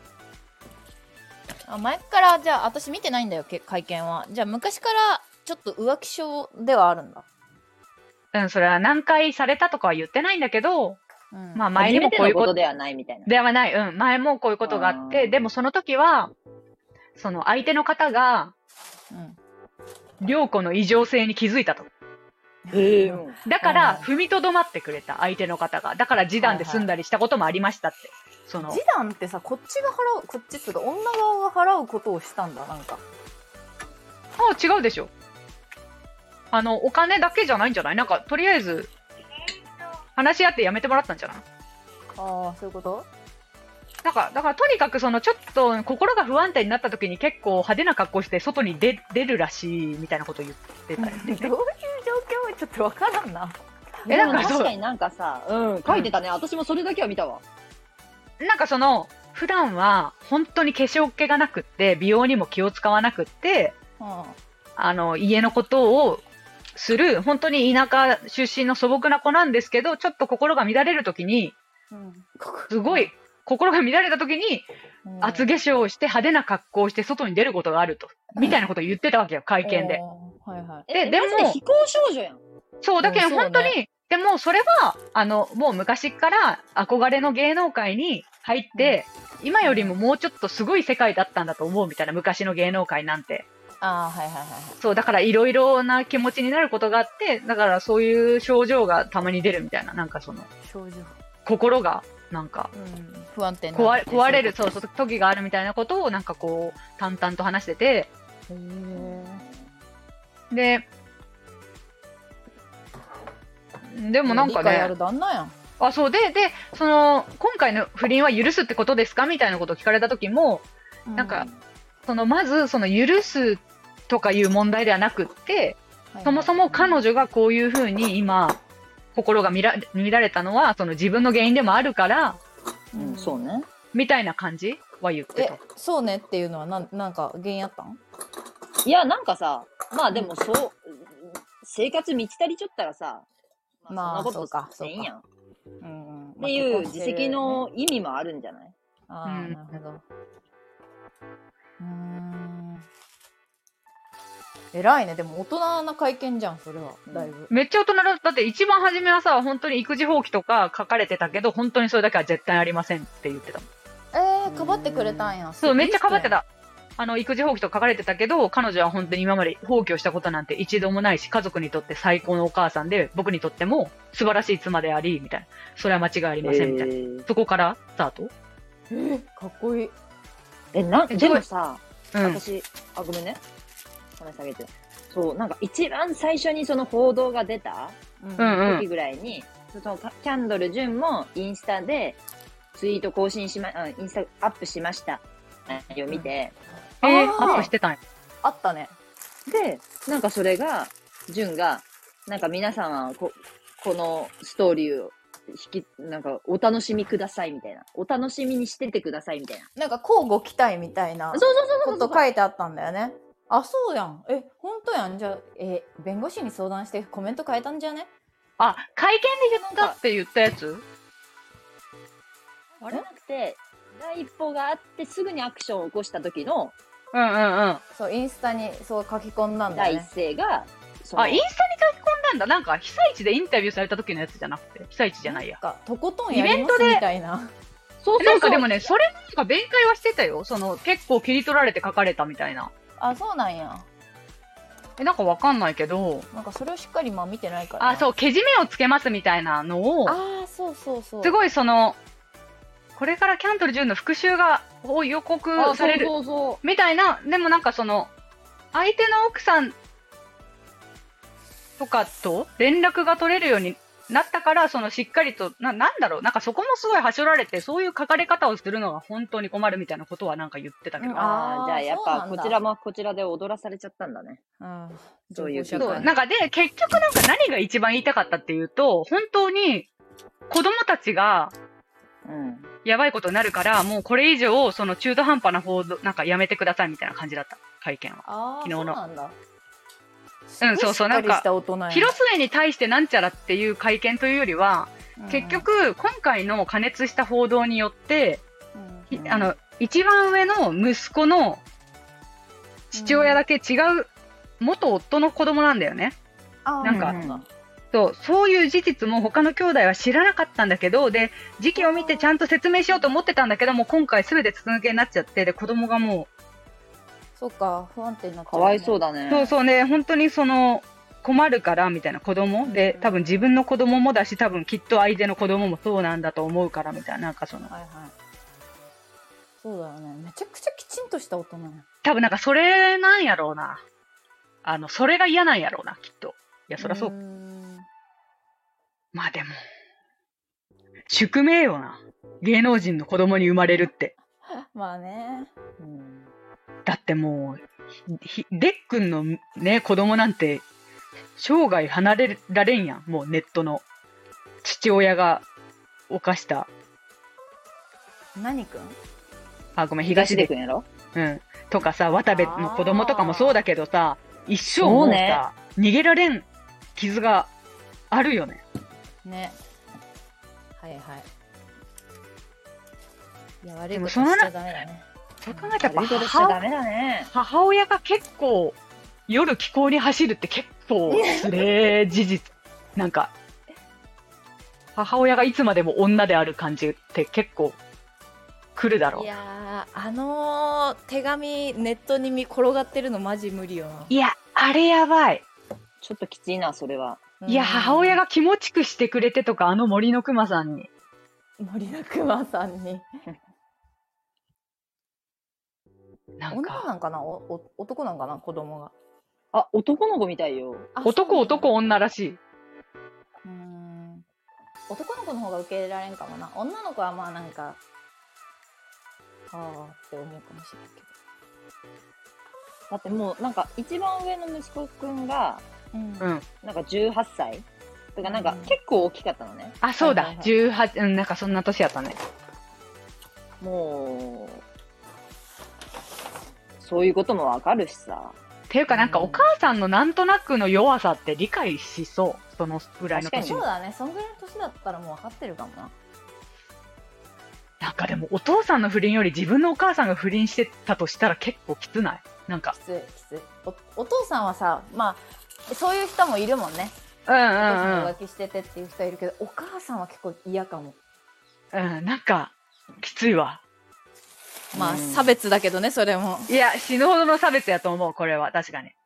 あ前からじゃあ私見てないんだよ会見は。じゃあ昔からちょっと浮気症ではあるんだ。 うん、それは何回されたとかは言ってないんだけど、うん、まあ前にもこういうことではないみたいな。 ではない。うん。前もこういうことがあって、でもその時は、その相手の方が、うん、涼子の異常性に気づいたと。 へえ。 だから踏みとどまってくれた相手の方が。だから示談で済んだりしたこともありましたって。その示談ってさ、こっちが払う、こっちっていうか女側が払うことをしたんだ、なんか。 ああ、違うでしょ。あの、お金だけじゃないんじゃない？なんか、とりあえず、話し合ってやめてもらったんじゃない？ ああ、そういうこと？ なんか、だからとにかくそのちょっと心が不安定になった時に結構派手な格好して外に出出るらしいみたいなこと言ってたよね。 どういう状況はちょっとわからんな。 え、なんか確かになんかさ、うん、書いてたね、うん。私もそれだけは見たわ。 なんかその、普段は本当に化粧気がなくって、美容にも気を使わなくって、うん、あの、家のことをする、本当に田舎出身の素朴な子なんですけど、ちょっと心が乱れるときに、うん、すごい、心が乱れたときに、うん、厚化粧をして派手な格好をして外に出ることがあると、うん、みたいなことを言ってたわけよ、会見で。 はいはい、 で、でも、非行少女やん。 そう、だけど本当に、うんね、でもそれは、あの、もう昔から憧れの芸能界に入って、うん、今よりももうちょっとすごい世界だったんだと思うみたいな、昔の芸能界なんて。 ああ、はいはいはい。 そう、だからいろいろな気持ちになることがあって、だからそういう症状がたまに出るみたいな、なんかその、 症状心が、なんか、 うん、不安定になって、壊れる、そうそう、時があるみたいなことを、なんかこう、淡々と話してて、へー。で、でもなんかね、 理解ある旦那やん。 あ、そうで、で、その、今回の不倫は許すってことですかみたいなことを聞かれた時も、うん、なんか、その、まず、その、許すとかいう問題ではなくって、はいはい、そもそも彼女がこういうふうに今、心が乱れたのは、その自分の原因でもあるから、 うん、そうね。 みたいな感じは言ってた。 え、そうねっていうのはなん、なんか原因あったん？ いや、なんかさ、まあでもそう、うん、生活満ち足りちゃったらさ、まあ、そんなことせんやん。うん、っていう自責の意味もあるんじゃない？ ああ、なるほど。うーん。偉いね。でも大人な会見じゃん、それは。だいぶ。 めっちゃ大人だ。だって一番初めはさ、本当に育児放棄とか書かれてたけど、本当にそれだけは絶対ありませんって言ってたもん。 えー、かばってくれたんや。 そう、めっちゃかばってた。あの、育児放棄と書かれてたけど、彼女は本当に今まで放棄をしたことなんて一度もないし、家族にとって最高のお母さんで、僕にとっても素晴らしい妻であり、みたいな。それは間違いありません、みたいな。えー、そこからスタート。 えー、かっこいい。 え、な、でもさ、うん、私、あ、ごめんね。話下げて。そう、なんか一番最初にその報道が出た時ぐらいに、うんうん、そのキャンドル・ジュンもインスタでツイート更新しま、インスタアップしました。を見て、 うん、えー、アップしてたんや。 あったね。 で、なんかそれが、ジュンが、なんか皆さんはこ、このストーリーを引き、なんかお楽しみくださいみたいな。お楽しみにしててくださいみたいな。 なんか交互期待みたいなこと書いてあったんだよね。あ、そうやん。え、ほんとやん。じゃあ、え、弁護士に相談してコメント変えたんじゃね？ あ、会見で言ったって言ったやつ？ あれなくて、第一報があってすぐにアクションを起こした時の、 うんうんうん。 そう、インスタにそう書き込んだんだよね。 第一声が、 あ、インスタに書き込んだんだ。なんか、被災地でインタビューされた時のやつじゃなくて、被災地じゃないや。 なんか、とことんやりますみたいな。 そうそうそう。なんかでもね、それなんか弁解はしてたよ。その、結構切り取られて書かれたみたいな。 あ、そうなんや。 え、なんかわかんないけど。 なんかそれをしっかりまあ見てないから。 あ、そう、けじめをつけますみたいなのを。 ああ、そうそうそう。 すごいその、 これからキャンドル・ジュンの復讐がを予告されるそうそうそう。 みたいな、でもなんかその、相手の奥さんとかと連絡が取れるようになったから、そのしっかりと、な、なんだろう、なんかそこもすごいはしょられて、そういう書かれ方をするのが本当に困るみたいなことはなんか言ってたけど。 うんああ、じゃあやっぱそうなんだこちらもこちらで踊らされちゃったんだね。 うん。 そういう情報社会そう、なんかで、結局なんか何が一番言いたかったっていうと、本当に子供たちがうん。 やばいことになるから、もうこれ以上、その中途半端な報道、なんかやめてくださいみたいな感じだった、会見は。 ああ、 昨日のそうなんだ。 うんそうそうなんかしっかりした大人や広末に対してなんちゃらっていう会見というよりは、 うん結局、今回の過熱した報道によって、 うんうんひあの、一番上の息子の父親だけ違う、元夫の子供なんだよね。 あーなんかそうだそう、そういう事実も他の兄弟は知らなかったんだけど、で、時期を見てちゃんと説明しようと思ってたんだけども、今回すべて筒抜けになっちゃって、で、子供がもそうか、不安定になっちゃう、 かわいそうだ。 だね。 う、そうそうね、本当にその、困るからみたいな子供で、多分自分の子供もだし、多分きっと相手の子供もそうなんだと思うからみたいな、なんかその、 はいはい。そうだよね。めちゃくちゃきちんとした大人や。 多分なんかそれなんやろうな。あの、それが嫌なんやろうな、きっと。いや、そりゃそうー。んまあでも、宿命よな。芸能人の子供に生まれるって。 まあね。 うん。 だってもう、ひデックンのね、子供なんて、生涯離れられんやん。もうネットの父親が犯した。 何くんあ、ごめん、東出東出くんやろ。 うん。とかさ、渡部の子供とかもそうだけどさ、一生もうそうねさ、逃げられん傷があるよね。 ね。はいはい。いや、悪いでもことしちゃそのなダメだね。 そう考えたらやっぱ悪いことしちゃダ母メだね。 母親が結構、夜気候に走るって結構つれー事実。なんか、母親がいつまでも女である感じって結構来るだろう。 いやー、あのー、手紙ネットに見転がってるのマジ無理よな。 いや、あれやばい。 ちょっときついな、それは。 いや、母親が。 が気持ちくしてくれてとか、あの森の熊さんに。 森の熊さんに。 なんか、 女なんかなおお男なんかな子供が。 あ、男の子みたいよ。 あ男そうなんだ男女らしい。 うーん。男の子の方が受け入れられんかもな。女の子はまあなんか、はあって思うかもしれないけだってもう、なんか、一番上の息子くんが、 ど。うんうん。 なんかじゅうはっさいとか、なんかうん結構大きかったのね。 あ、そうだ。 はいはいはいじゅうはち、うん、なんかそんな年やったね。 もう、そういうこともわかるしさ。 っていうかなんかうんお母さんのなんとなくの弱さって理解しそう。そのぐらいの確かに年の。 そうだね。そんぐらいの年だったらもう分かってるかもな。 なんかでもお父さんの不倫より自分のお母さんが不倫してたとしたら結構きつないなんかき。ついきつい。おお父さんはさ、まあ、そういう人もいるもんね。 うんうお父さんんが浮気しててっていう人いるけど、お母さんは結構嫌かも。 うん。うん、なんか、きついわ。 まあ、 うん差別だけどね、それも。 いや、死ぬほどの差別やと思う、これは。確かに。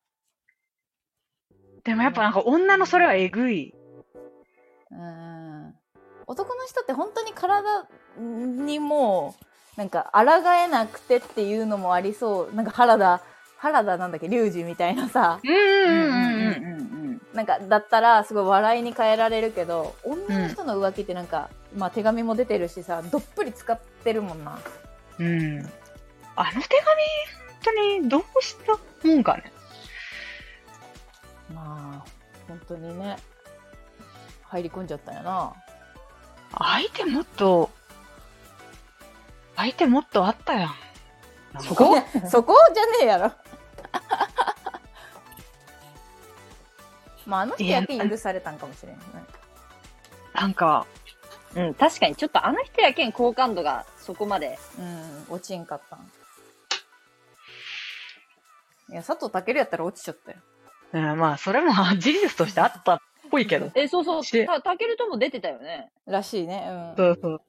でもやっぱなんか女のそれはえぐい。 うん。男の人って本当に体にもう、なんか、抗えなくてっていうのもありそう。なんか原田、原田なんだっけ、龍二みたいなさ、 うんうんうんうん。 うん。 なんか、だったらすごい笑いに変えられるけど、女の人の浮気ってなんか、まあ手紙も出てるしさ、どっぷり使ってるもんな。 うん。あの手紙、本当にどうしたもんかね。 まあ、本当にね、入り込んじゃったんやな。 相手もっと、相手もっとあったやん。なんかそこそこじゃねえやろ。まあ、あの人やけん許されたんかもしれんね。 なんか、 うん、確かにちょっとあの人やけん好感度がそこまで。 うん、落ちんかったん。いや、佐藤健やったら落ちちゃったよ。 うん、まあ、それも事実としてあったっぽいけど。 え、そうそう、 してた、たけるとも出てたよね。 らしいね、 そうそう。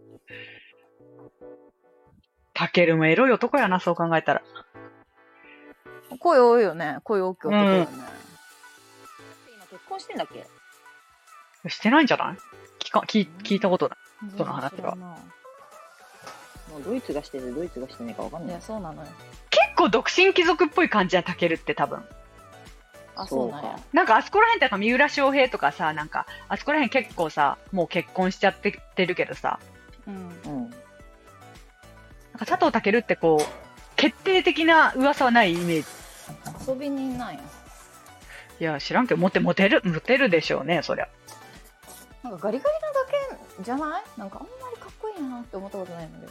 タケルもエロい男やな、そう考えたら。 うん。声多いよね。声大きい男よね。 今結婚してんだっけ？ してないんじゃない聞か聞い聞いたことない。その話は知らんなもうドイツがしててドイツがしてねえかわかんない。 いや、そうなのよ。 結構独身貴族っぽい感じや、タケルって多分。 あ、そうなんや。 なんかあそこら辺ってなんか三浦翔平とかさ、なんかあそこら辺結構さ、もう結婚しちゃっててるけどさ、 うん。 うん。 なんか佐藤健ってこう、決定的な噂はないイメージ。 遊び人なんや。 いや、知らんけど、モテ、モテる、モテるでしょうね、そりゃ。 なんかガリガリなだけじゃない？なんかあんまりかっこいいなって思ったことないんだけど。 い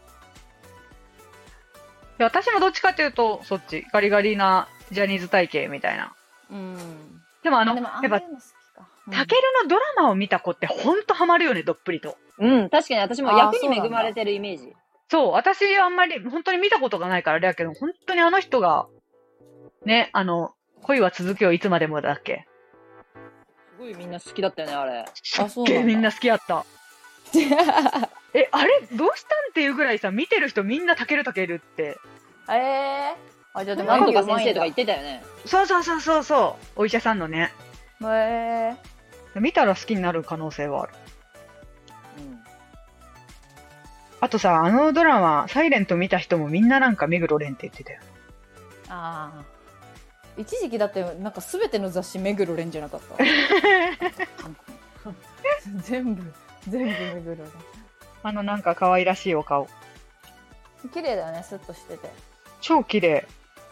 や、私もどっちかっていうと、そっち、ガリガリなジャニーズ体型みたいな。 うん。 でもあの、 あでもああいうやっぱ、 の好きか。 タケルのドラマを見た子ってほんとハマるよね、どっぷりと。 うん、確かに私もあー役にそうなんだ恵まれてるイメージ。 そう、私あんまり、本当に見たことがないからあれやけど、本当にあの人が、ね、あの、恋は続きをいつまでもだっけ。 すごいみんな好きだったよね、あれ。 あ、そうなんだ。 みんな好きやった。え、あれどうしたんっていうぐらいさ、見てる人みんなタケルタケルって。 ええー。あ、じゃあでもなんとか演技うまいんだ先生とか言ってたよね。 そうそうそうそうそう。お医者さんのね。 へえ見たら好きになる可能性はある。 うん。 あとさ、あのドラマ、サイレント見た人もみんななんか目黒蓮って言ってたよ。 ー。ああ。一時期だってなんかすべての雑誌目黒蓮じゃなかった全部全部目黒蓮。 あのなんか可愛らしいお顔。 綺麗だよね、スッとしてて。 超綺麗。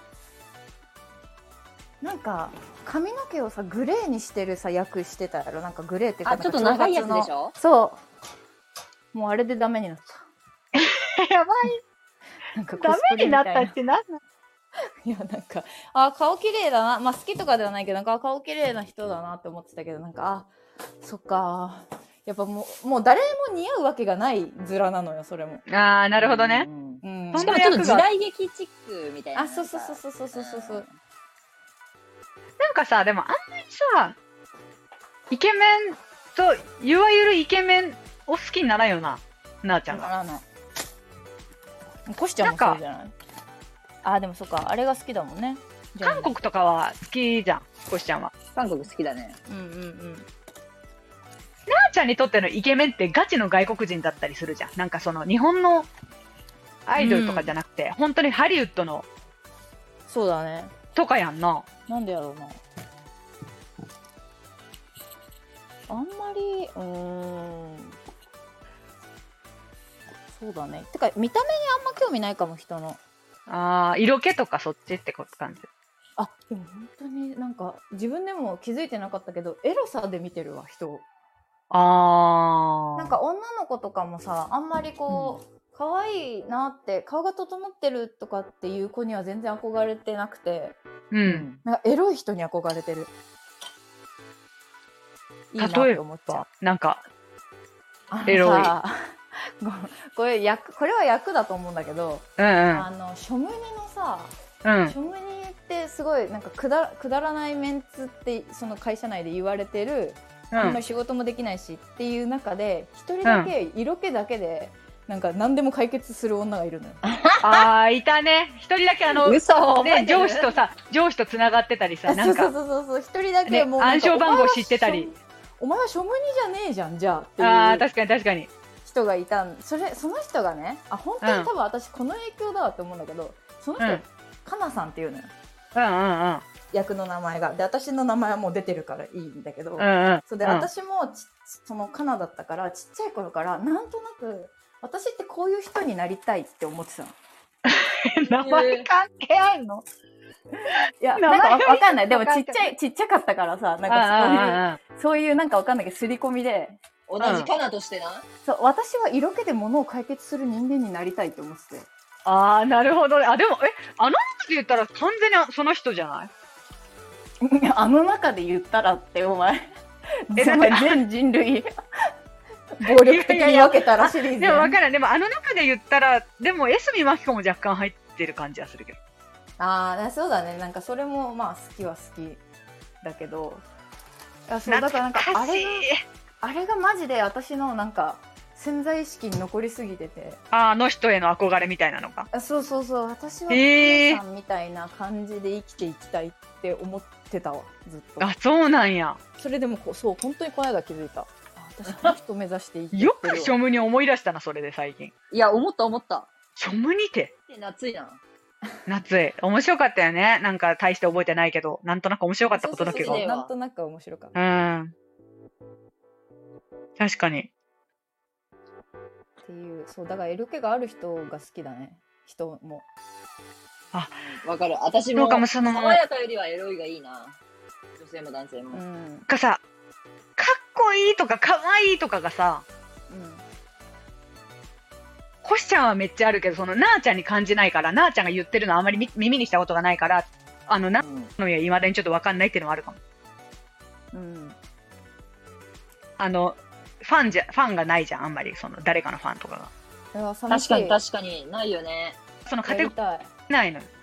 なんか髪の毛をさグレーにしてるさ役してたやろ。なんかグレーっていうかあ、ちょっと長いやつでしょ？ そうもうあれでダメになったやばい。 なんかダメになったコスプレみいってなんなの？ いやなんかあ顔綺麗だな、まあ好きとかではないけどなんか顔綺麗な人だなって思ってたけど、なんかあそっかやっぱもうもう誰も似合うわけがない面なのよそれも。 あー、なるほどね。 うんうん、 しかもちょっと時代劇チックみたいな。 あそうそうそうそうそうそうそうそうなんかさ、でもあんまりさ、イケメンと、いわゆるイケメンを好きにならんよな、なあちゃんが。 ならない。コシちゃんもそうじゃない？あでもそっかあれが好きだもんね。 韓国とかは好きじゃん、コシちゃんは。 韓国好きだね。 うんうんうん。 なあちゃんにとってのイケメンってガチの外国人だったりするじゃん。なんかその日本のアイドルとかじゃなくて、うん、本当にハリウッドのそうだね。 とかやんな。 なんでやろうな。あんまりうーんそうだね。てか見た目にあんま興味ないかも人の。 ああ、色気とかそっちってこと感じ。 あでも本当になんか自分でも気づいてなかったけどエロさで見てるわ人を。 ああ。 なんか女の子とかもさあんまりこう、うん可愛いなって顔が整ってるとかっていう子には全然憧れてなくて、 うん、 なんかエロい人に憧れてる。いいなって思っちゃう。 なんかエロい。 これ役これは役だと思うんだけど、 うんうん、 あのショムニのさ、 うん、 ショムニってすごいなんかくだくだらないメンツってその会社内で言われてる、うん、あんまり仕事もできないしっていう中で一人だけ色気だけで、うんなんか何でも解決する女がいるのよ。 あーいたね。一人だけあの嘘ね上司とさ上司とつながってたりさなんかそうそうそうそう一人だけもう、 ね、暗証番号知ってたり。 お前はショムニじゃねえじゃんじゃあっていう。 あー確かに確かに。 人がいたんそれその人がねあ本当に多分私この影響だわって思うんだけど、その人、うん、かなさんっていうのよ。 うんうんうん。 役の名前がで私の名前はもう出てるからいいんだけど、 うんうん、 それで、うん、私もちそのかなだったからちっちゃい頃からなんとなく私ってこういう人になりたいって思ってたの。 名前関係あるの？ いやなんかわかんない。でもちっちゃいちっちゃかったからさなんかそういうそういうなんかわかんないけど刷り込みで同じかなとしてな、うん、 そう私は色気で物を解決する人間になりたいって思ってて。 ああなるほど。あでもえあの中で言ったら完全にその人じゃない？ あの中で言ったらってお前えだって全人類暴力的に分けたらシリーズ。 でも分からん。でもあの中で言ったらでも江角真紀子も若干入ってる感じはするけど。 ああそうだね。なんかそれもまあ好きは好きだけど、あそうだからなんかあれがあれがマジで私のなんか潜在意識に残りすぎてて。 ああの人への憧れみたいなのか。 あそうそうそう私は皆さんみたいな感じで生きていきたいって思ってたわずっと。 あそうなんや。 それでもこそう本当にこの間気づいた。 私この人目指していってるよわくショムニ思い出したな、それで最近。 いや、思った思った。 ショムニて。 夏いな。 夏い。面白かったよね。なんか大して覚えてないけど、なんとなく面白かったことだけど。 そうそうそうなんとなく面白かった。 うん。確かに。 っていう、そう、だからエロ気がある人が好きだね。人も。 あ、わかる。私も、爽やかよりはエロいがいいな。女性も男性も。 うん。 かさ、かっこいいとかかわいいとかがさ、 うん。 コシちゃんはめっちゃあるけど、その、なーちゃんに感じないから、なーちゃんが言ってるのあんまり耳にしたことがないから、あの、なーのみは未だにちょっとわかんないっていうのもあるかも。 うん。 あの、ファンじゃ、ファンがないじゃん、あんまり、その、誰かのファンとかが。 いや、 確かに確かに、ないよね。 その、カテゴリーないのよ。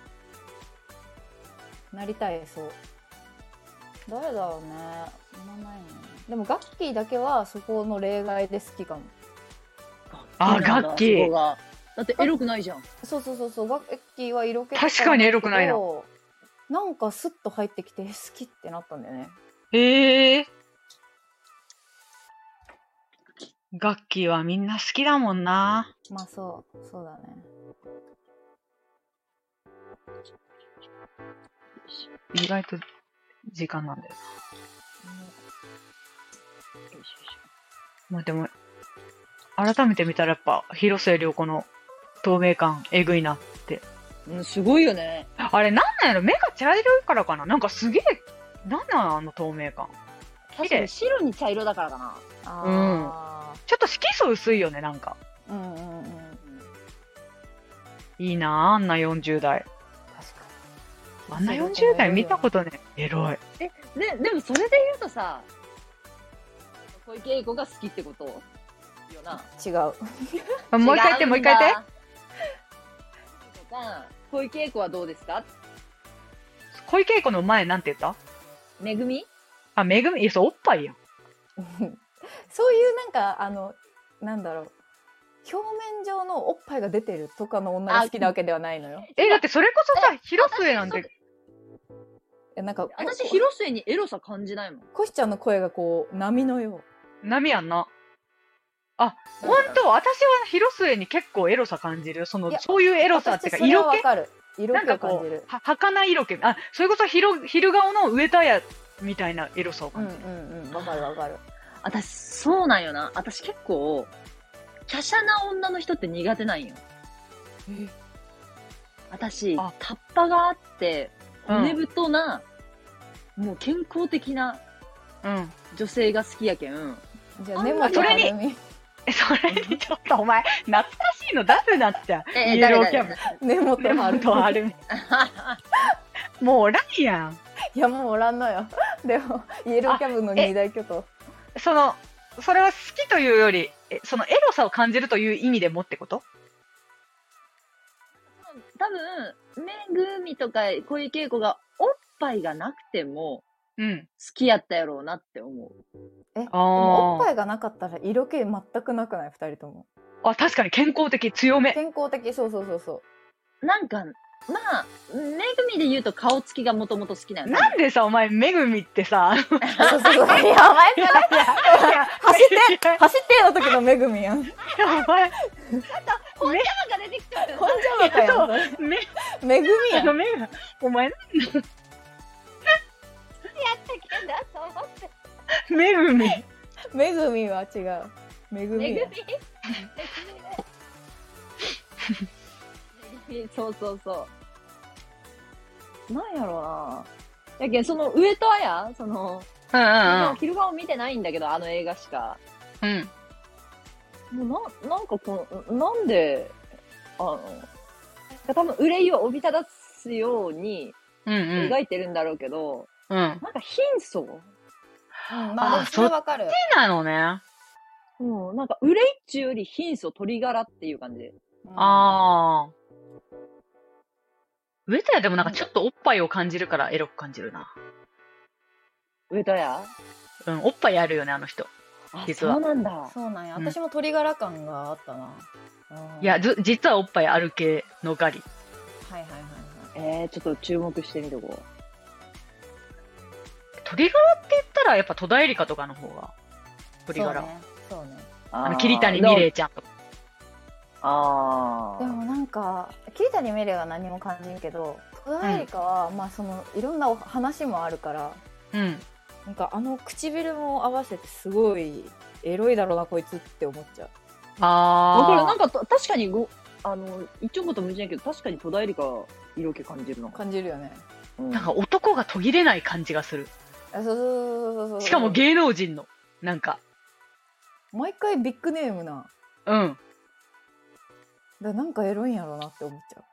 なりたい、そう。誰だろうね。あんまないね。でも、ガッキーだけは、そこの例外で好きかも。 あ、ガッキー。 だってエロくないじゃん。 そうそうそうそう、ガッキーは色気確かにエロくないな。 なんかスッと入ってきて好きってなったんだよね。 へえー。ガッキーはみんな好きだもんな。 まあそう、そうだね。 意外と時間なんだよな。まあでも、改めて見たらやっぱ、広末涼子の透明感、えぐいなって。 うん、すごいよね。 あれ、なんなんやろ、目が茶色いからかな、なんかすげえ、なんなんあの透明感。 確かに白に茶色だからかな。 あうん。ちょっと色素薄いよね、なんか。 うんうんうん。 いいなあ、あんなよんじゅう代。 確かに。あんなよんじゅう代見たことね、エロい。 え、で、でもそれで言うとさ、小池栄子が好きってことよな。 違う。 もう一回言って、もう一回言って。 小池栄子はどうですか？ 小池栄子の前なんて言った？ めぐみ？ あ、めぐみ、いや、そう、おっぱいやん。 そういうなんか、あの、なんだろう。表面上のおっぱいが出てるとかの女が好きなわけではないのよ。 え、だってそれこそさ、広末なんて。 え、なんか、 私、広末にエロさ感じないもん。 コシちゃんの声がこう、波のよう。波やんな。あ、ほんと、私は広末に結構エロさ感じる。その、そういうエロさっていうか、色気。 わかる。色気を感じる。 は、儚い色気。あ、それこそ昼、昼顔の上田屋みたいなエロさを感じる。 うんうんうん。わかるわかる。 私、そうなんよな。私結構、華奢な女の人って苦手なんよ。 え私、タッパがあって、骨太な、うん、もう健康的な女性が好きやけん。うん、 じゃあ、根本それに、それにちょっとお前、懐かしいの出すなっちゃう。 えー、イエローキャブ。 根本ある。もうおらんやん。 いや、もうおらんのよ。でも、イエローキャブの二大巨頭。 その、それは好きというより、え、そのエロさを感じるという意味でもってこと？ 多分、めぐみとか小池栄子がおっぱいがなくても、 うん、 好きやったやろうなって思う。 え、でもおっぱいがなかったら色気全くなくない？二人とも。 あ、確かに健康的、強め。 健康的、そうそうそうそう。 なんか、まあ、めぐみで言うと顔つきがもともと好きなの。 なんでさ、お前、めぐみってさ、 そうそうそう。いや、お前それ、走って、走っての時のめぐみやん。 やばい。 本邪魔が出てきたよ。 本邪魔かよ。め、めぐみやん。 めぐみ。お前、やったけんだと思って。 めぐみ。 めぐみは違う。めぐみ。めぐみそうそうそう。なんやろうな。やけん、その上戸彩その、 うんうんうん。 昼顔見てないんだけど、あの映画しか。 うん。 もうな、なんかこの、なんで、あの、多分憂いをおびただすように描いてるんだろうけど、 うん。 なんか貧相、 うん、まあ、それわかる。 好きなのね。 うん、なんか憂いっちゅうより貧相、鳥柄っていう感じで。 うん、ああ。上戸彩でもなんかちょっとおっぱいを感じるからエロく感じるな。 上戸彩？ うん、おっぱいあるよね、あの人。実は。 そうなんだ。 そうなんや。私も鳥柄感があったな。 いや、ず、実はおっぱいある系のガリ。 はいはいはいはい。 えー、ちょっと注目してみとこう。 鳥柄って言ったらやっぱ戸田恵梨香とかの方が鳥柄。 そうね。 そうね。 あの、桐谷美玲ちゃんとか。 ああ。 でもなんか桐谷美玲は何も感じんけど、戸田恵梨香は、うん、まあそのいろんな話もあるから、 うん、 なんかあの唇も合わせてすごいエロいだろうなこいつって思っちゃう。 ああ。 これなんか確かにごあの一丁こと無事やけど確かに戸田恵梨香色気感じるな。 感じるよね。 うん、なんか男が途切れない感じがする。 あ、そうそうそうそうそう。 しかも芸能人のなんか毎回ビッグネームな。 うん。 だなんかエロいんやろうなって思っちゃう。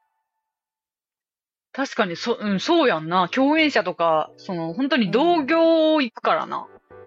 確かにそ、うん、そうやんな。共演者とか、その、本当に同業行くからな。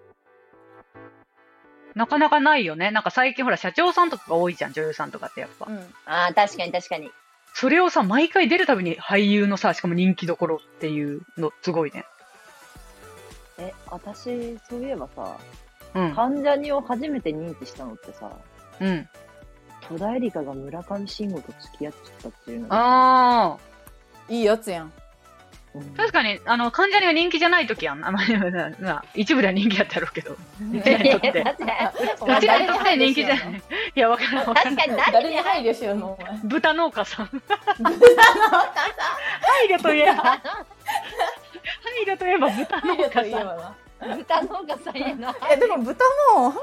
うん、なかなかないよね。なんか最近ほら、社長さんとかが多いじゃん、女優さんとかってやっぱ。 うん、ああ、確かに確かに。 それをさ、毎回出るたびに俳優のさ、しかも人気どころっていうの、すごいね。 え、私、そういえばさ、 うん。 関ジャニを初めて認知したのってさ、 うん。 戸田恵梨香が村上信五と付き合っちゃったっていうの。 ああ。 いいやつやん。 うん、確かに、あの、関ジャニが人気じゃない時やん。まあ、一部では人気やったろうけど。うちらにとって。うちらにとって人気じゃない。いや、わからんわからん。 確かに誰に配慮しようのお前。 豚農家さん。 豚農家さん。 配慮といえば。配慮といえば豚農家さん。豚農家さんやな。 え、でも豚も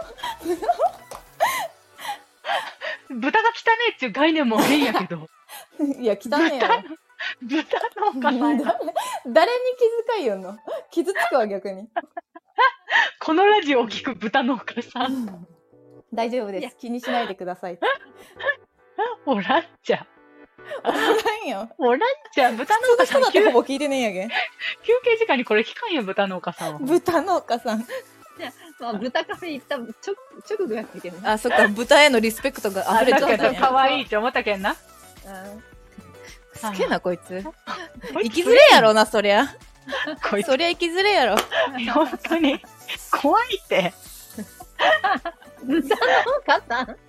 豚が汚ねえっていう概念も変やけど。 いや、汚ねえよ。 豚農家さん。 誰に気遣いよんの？傷つくわ、逆に。 このラジオを聞く豚農家さん。 うん、大丈夫です。気にしないでください。 おらんちゃ。 おらんよ。 おらんちゃ。豚農家さん。 普通の人だとほぼ聞いてねえやけん。 休憩時間にこれ聞かんよ、豚農家さんは。 豚農家さん。 まあ、豚カフェ行った直後やったけどね。 あ、そっか、豚へのリスペクトが溢れちゃったんや。 かわいいって思ったけんな。 すげえな、こいつ。生きづれやろな、そりゃ。こいつ。そりゃ生きづれやろ。 本当に。怖いって。 豚農家さん。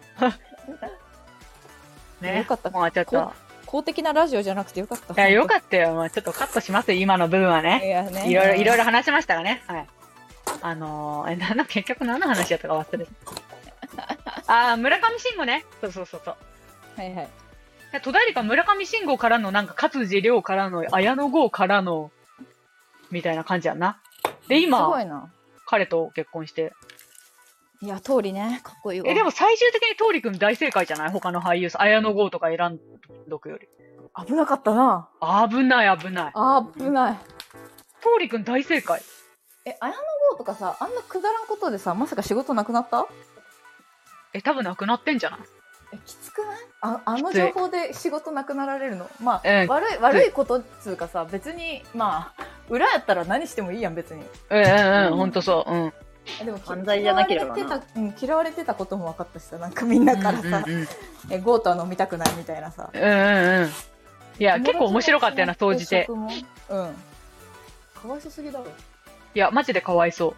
ね、よかった。 もうちょっと。 公的なラジオじゃなくてよかった。 いや、よかったよ。もうちょっとカットしますよ、今の部分はね。 いやね。 いろいろ、いろいろ話しましたがね。はい。あのー、え、なんだ、結局何の話やったか忘れた。あー、村上信五ね。そうそうそうそう。 はいはい。 戸田恵梨香村上信五からの、なんか、勝地涼からの、綾野剛からの、みたいな感じやんな。で、今、すごいな。彼と結婚して。 いや、通りね、かっこいいわ。 え、でも最終的に通りくん大正解じゃない？他の俳優さん、綾野剛とか選んどくより。 危なかったな。 危ない危ない。 危ない。 通りくん大正解。 え、綾野剛とかさ、あんなくだらんことでさ、まさか仕事なくなった？ え、多分なくなってんじゃない？ え、きつくない？あ、あの情報で仕事なくなられるの？まあ、 うん、 悪い、悪いことっつうかさ、別に、まあ、裏やったら何してもいいやん、別に。 うんうんうん、ほんとそう。うん。 でも犯罪じゃなければな。 うん、嫌われてたことも分かったしさ、なんかみんなからさ、うんうんうん、え、ゴーとは飲みたくないみたいなさ。 うんうんうん。いや、結構面白かったよな、当時て。 うん。かわいそすぎだろ。 いや、マジでかわいそう。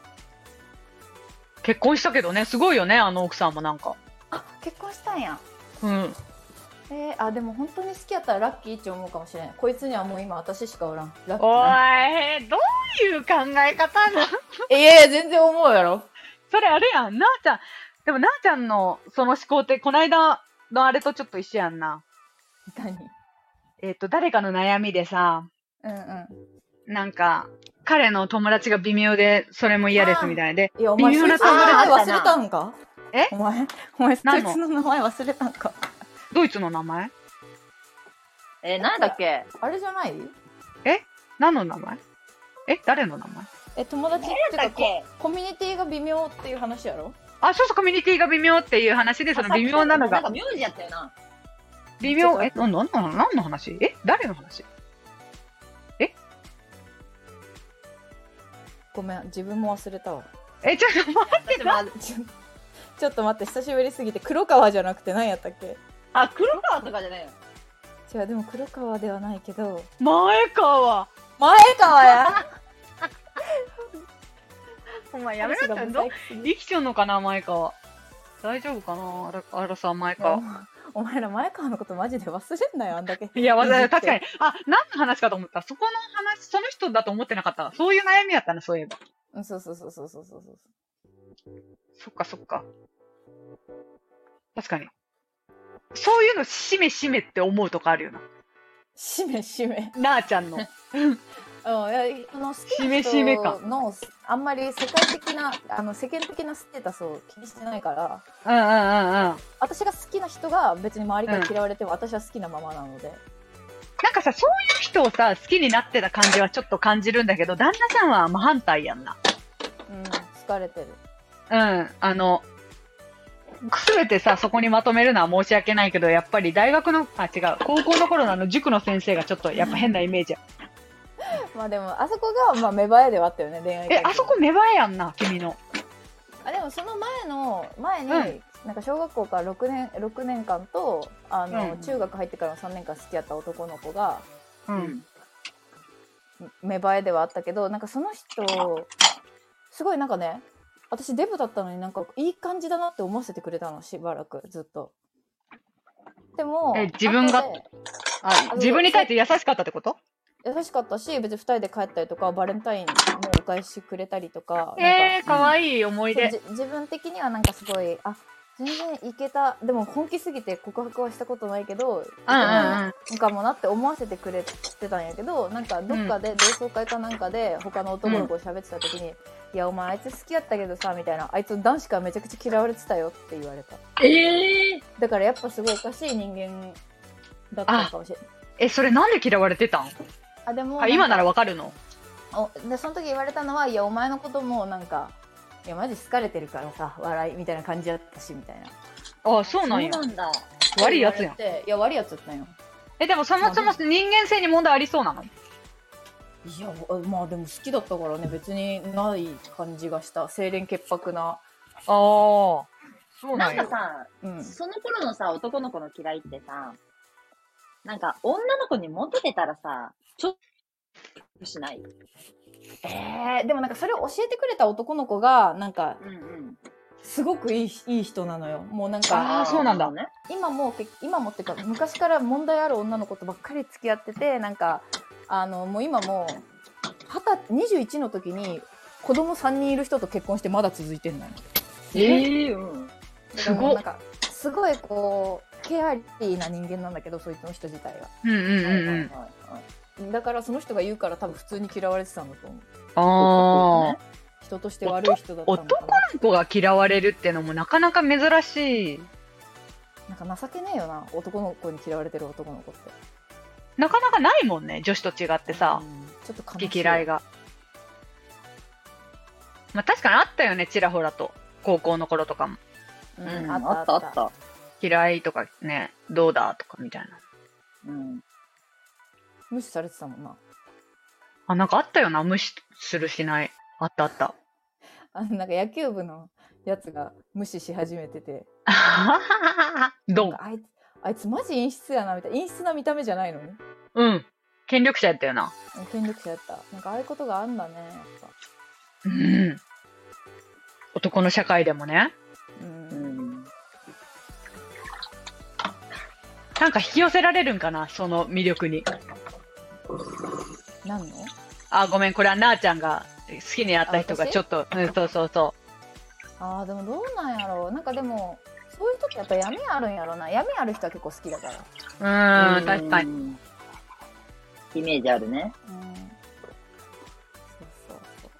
結婚したけどね、すごいよね、あの奥さんもなんか。 あ、結婚したんや。 うん。 えー、あ、でも本当に好きやったらラッキーって思うかもしれない。こいつにはもう今私しかおらん。ラッキー。 おーい、どういう考え方なの？ いやいや、全然思うやろ。 それあれやん、なあちゃん。でもなあちゃんのその思考って、こないだのあれとちょっと一緒やんな。 何？ えっと、誰かの悩みでさ、 うんうん。 なんか、彼の友達が微妙で、それも嫌ですみたいで。 いや、お前、微妙な友達忘れたんか？ え？ お前、お前、そいつの名前忘れたんか？ ドイツの名前？ えー、なんだっけ？ あれじゃない？ え？何の名前？え？誰の名前？ え、友達ってかコ、コミュニティが微妙っていう話やろ？ あ、そうそう、コミュニティが微妙っていう話で、その微妙なのが。 なんか名字やったよな。 微妙、え、な、な、な、何の話？え？誰の話？え？ ごめん、自分も忘れたわ。 え、ちょっと待って、 待って。ちょっと待って、久しぶりすぎて、黒川じゃなくて何やったっけ？ あ、黒川とかじゃないよ。 違う、でも黒川ではないけど。 前川。 前川や。 お前やめろってんの？生きちゃうのかな、前川。大丈夫かな、あら、あらさ、前川。 お前ら前川のことマジで忘れんなよ、あんだけ。 いや、わざ確かに。あ、何の話かと思った。そこの話、その人だと思ってなかった。そういう悩みやったな、そういえば。 うん、そうそうそうそうそうそう。 そっかそっか。確かに。そういうのしめしめって思うとかあるよな。 しめしめ。 なあちゃんの。 うん、いや、あの、好きなしめしめ人感の、あんまり世界的な、あの、世間的なステータスを気にしてないから、 うんうんうんうん。 私が好きな人が別に周りから嫌われても、私は好きなままなので。 なんかさ、そういう人をさ、好きになってた感じはちょっと感じるんだけど、旦那さんは真反対やんな。 うん、疲れてる。 うん。あの、すべてさ、そこにまとめるのは申し訳ないけど、やっぱり大学の、あ、違う、高校の頃のあの塾の先生がちょっとやっぱ変なイメージや。 まあでも、あそこが、まあ、芽生えではあったよね、恋愛え、 関係あそこ芽生えやんな、君の。 あ、でもその前の、前に、 うんなんか小学校からろくねん、ろくねんかんと、あの、 うん中学入ってからのさんねんかん好きやった男の子が、 うん。 芽生えではあったけど、なんかその人、すごいなんかね、私デブだったのになんかいい感じだなって思わせてくれたの、しばらくずっと。でも、 え自分が後であ、自分に対して優しかったってこと？ 優しかったし、別にふたりで帰ったりとか、バレンタインもお返しくれたりとか、 えー、 なんかかわいい思い出。 そうじ自分的にはなんかすごい、あ、全然いけた、でも本気すぎて告白はしたことないけど、いけうんうんうん。 ないかもなって思わせてくれてたんやけど、なんかどっかで同窓会かなんかで他の男の子と喋ってた時に、いやお前あいつ好きやったけどさ、みたいな、あいつ男子からめちゃくちゃ嫌われてたよって言われた。 ええだからやっぱすごいおかしい人間だったのかもしれない。 え、それなんで嫌われてたん？ あ、でもあ、今ならわかるの？ おでその時言われたのは、いやお前のこともなんか、いやマジ好かれてるからさ、笑いみたいな感じだったしみたいな。 あ、そうなんや。 そうなんだ。 悪いやつやん。 いや悪いやつだったんよ。 え、でもそもそも人間性に問題ありそうなの？ いやまあでも好きだったからね、別にない感じがした。清廉潔白な。 ああ、そうななんや。 んかさ、 うん。 その頃のさ、男の子の嫌いってさ、なんか女の子にモテてたらさ、ちょっとしない？ えー、でもなんかそれを教えてくれた男の子がなんかうんうん。 すごくいいいい人なのよ。もうなんかあーそうなんだね。 今もけ今もっていうか昔から問題ある女の子とばっかり付き合ってて、なんかあのもう今もはたにじゅういちの時に子供さんにんいる人と結婚してまだ続いてんのよ。 ええうん。 だすごっからもうなん。かすごいこうケアリーな人間なんだけど、そいつの人自体が。 うんうんうんうん。 はいはいはいだからその人が言うから多分普通に嫌われてたんだと思う。 ああ。 人として悪い人だったのか男な。 の子が嫌われるってのもなかなか珍しい。 なんか情けねえよな、男の子に嫌われてる男の子って。 なかなかないもんね、女子と違ってさう。んちょっと悲好しい。 き嫌いが。まあ確かにあったよね、ちらほらと。高校の頃とかも。 う、 うんん、 ああったたっあっ。 あったた。 嫌いとかね、どうだとかみたいな。 うん。 無視されてたもんな。 あ、なんかあったよな、無視するしない。あったあった。 あのなんか野球部のやつが無視し始めてて、 ドンなんか。あいつあいつマジ陰湿やなみたいな、陰湿な見た目じゃないのにうん。権力者やったよな。 権力者やった。なんかああいうことがあんだね、やっぱ。 うん。男の社会でもね。 う。 うんん。 なんか引き寄せられるんかな、その魅力に。 なんの？ あ、ごめん、これはなーちゃんが好きになった人があ私ちょっと、うん、そうそうそああ、でもどうなんやろう。なんかでもそういう人ってやっぱ闇あるんやろな。闇ある人は結構好きだから。 う。うーん、確かに。 に。イメージあるね。 うん。そうそうそう。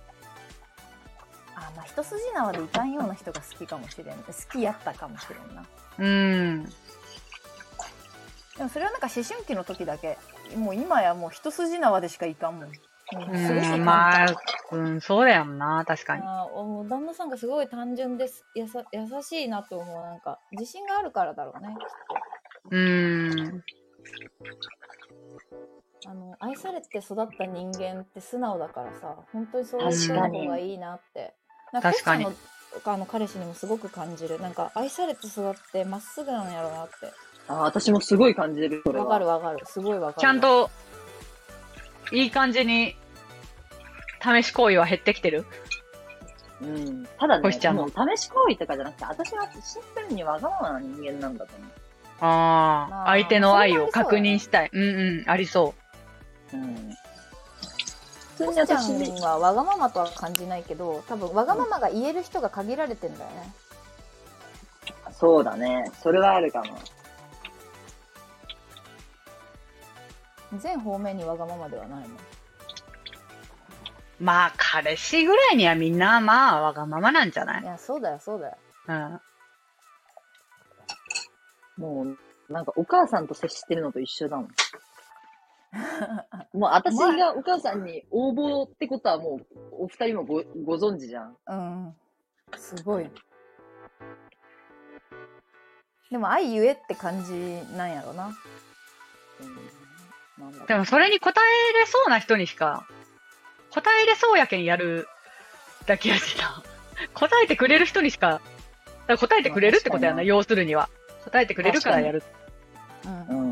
あ、まあ一筋縄でいかんような人が好きかもしれん。好きやったかもしれんな。 うーん。 でもそれはなんか思春期の時だけ。もう今やもう一筋縄でしかいかんもん。もううすごく簡単ーん、まあ、うん、そうだよな、確かに。 あーもう旦那さんがすごい単純ですやさ優しいなと思う。なんか自信があるからだろうね、きっうーん。 と。あの愛されて育った人間って素直だからさ、本当にそういう人の方がいいなって。なんか確かにコウさんのあの彼氏にもすごく感じる。なんか愛されて育ってまっすぐなんやろうなって。 あ、私もすごい感じる、それは。 わかるわかる、すごいわかる。 ちゃんと、いい感じに、試し行為は減ってきてる？ うん。ただねこしちゃん、のもう試し行為とかじゃなくて、私はシンプルにわがままな人間なんだと思う。 ああ、 あー相手の愛を確それもありそうやね認したい。うんうん、ありそうん。 通にトシちゃ私んはわがままとは感じないけど、多分わがままが言える人が限られてんだよね。 そうだね。それはあるかも。 全方面にわがままではないもん。 まあ、彼氏ぐらいにはみんな、まあ、わがままなんじゃない？ いや、そうだよ、そうだよ。 うん。 もう、なんかお母さんと接してるのと一緒だもん。もう私がお母さんに応募ってことはもう、お二人もご、ご存知じゃん。 うん。すごい。でも愛ゆえって感じなんやろな。 うん、なんだろうでも、それに答えれそうな人にしか、答えれそうやけんやるだけやしな。答えてくれる人にしか、だから答えてくれるってことやな、 まあ要するには。答えてくれるからやる。 うん。 うん。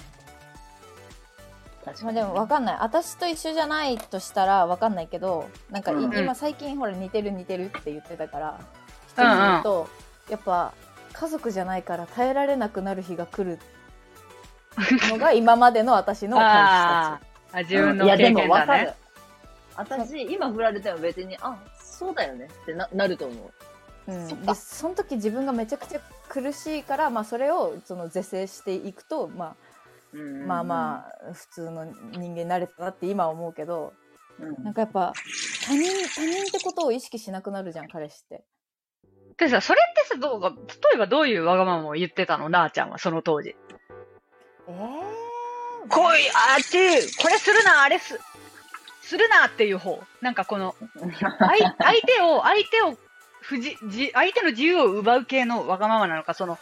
確かに。 まあでもわかんない。私と一緒じゃないとしたらわかんないけど、なんかい、 うん今最近ほら似てる似てるって言ってたから、一うんうんつ言うと、やっぱ家族じゃないから耐えられなくなる日が来るのが今までの私の彼氏あたあ、自分のいや、で経験だねもわかる。。私、今振られても別に、あ、そうだよねってな、なると思う。 ち。うん。で、 そっかその時自分がめちゃくちゃ苦しいから、まあそれをその是正していくと、まあ、 うんまあまあ普通の人間になれたなって今は思うけど、 うんなんかやっぱ他人他人ってことを意識しなくなるじゃん、彼氏って。 でさ、それってさ、どうか、例えばどういうわがままを言ってたのなあちゃんは、その当時。 えー、 こい、あっち、これするな、あれす、するなっていう方。なんかこの、相相手を、相手を、不じ、じ、相手の自由を奪う系のわがままなのか、その、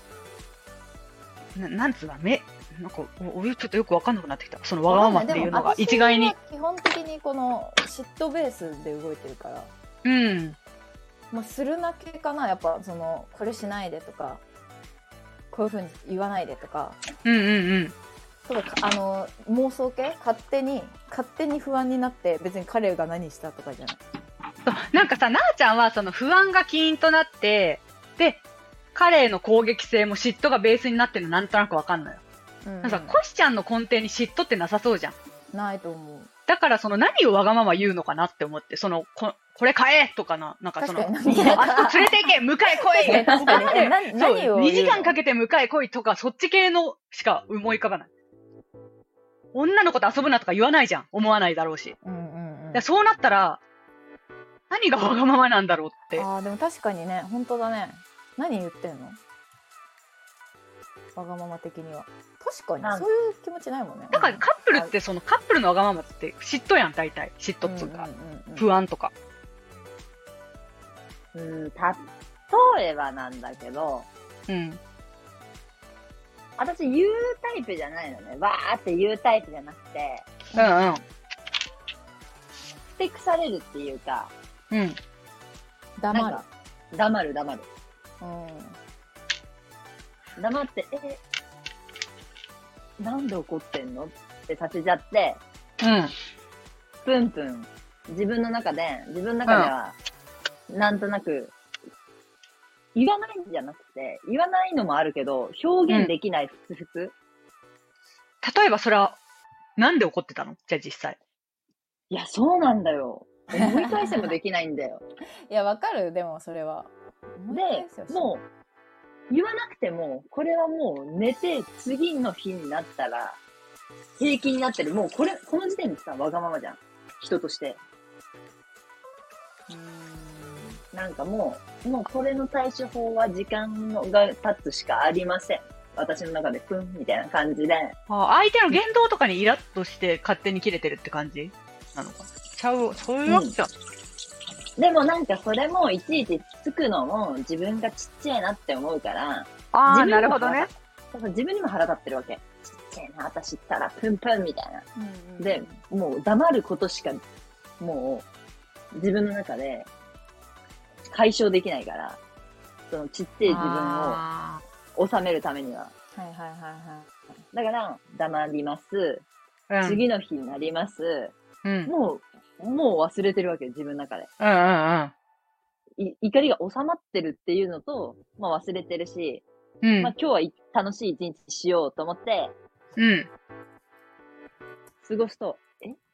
ななんつうの、め、なんか、お俺ちょっとよくわかんなくなってきた。そのわがままっていうのが一概に。 でも私は基本的にこの嫉妬ベースで動いてるから、 うん。 まあ、するな系かな。やっぱそのこれしないでとか、こういうふうに言わないでとか、 うんうんうん。 とかあの妄想系、勝手に勝手に不安になって別に彼が何したとかじゃない。 そうなんかさ、なあちゃんはその不安が起因となって、で、彼への攻撃性も嫉妬がベースになってるのなんとなくわかんないよ。 うんうん、 なんかさ、コシちゃんの根底に嫉妬ってなさそうじゃん。 ないと思う。 だからその何をわがまま言うのかなって思って、その、ここれ買えとかな、なんかその、 確かにあそこ連れて行け迎え来い確かにえなそう何を言うのにじかんかけて迎え来いとか、そっち系のしか思い浮かばない。女の子と遊ぶなとか言わないじゃん。思わないだろうし。 うんうんうん、 でそうなったら、何がわがままなんだろうって。 ああでも確かにね、本当だね。何言ってんの？わがまま的には。確かにそういう気持ちないもんね。 だからカップルってそのカップルのわがままって嫉妬やん、大体。嫉妬っつうか、 うんうんうんうん、 不安とか。 うん、例えばなんだけど、 うん。 私言うタイプじゃないのね。わーって言うタイプじゃなくて、 うんうん。 ふてくされるっていうか、 うん。 黙る。 なんか黙る黙る。 うん。 黙って、え、なんで怒ってんのってさせちゃって、 うん。 プンプン、自分の中で、自分の中では、なんとなく、言わないんじゃなくて、言わないのもあるけど、表現できないふつふつ。 例えばそれは、なんで怒ってたの？じゃあ実際。 いや、そうなんだよ。思い返せもできないんだよ。 いや、わかる。でもそれは。 で、もう、言わなくても、これはもう寝て、次の日になったら、平気になってる。もうこれ、この時点でさ、わがままじゃん。人として。 うーん、 なんかもう、もうこれの対処法は時間が経つしかありません。私の中でプンみたいな感じで。 あ相手の言動とかにイラッとして勝手に切れてるって感じなのかな。ちゃう、そういうわけじゃん。 でもなんかそれもいちいちつくのも自分がちっちゃいなって思うから、 ああ、 自分にもなるほどね。 だから自分にも腹立ってるわけ。ちっちゃいな、私ったらプンプンみたいな。 うんうん、 で、もう黙ることしか、もう自分の中で解消できないから、そのちっちゃい自分あを収めるためには。 はいはいはいはだから、黙ります。 ーうん、 次の日になります。 うん。 もう、もう忘れてるわけ、自分の中で。 うんうんい怒りが収まってるっていうのと、まあ忘れてるし、 うん。 まあ今日はい楽しい一日しようと思って、 うん。 過ごすと、え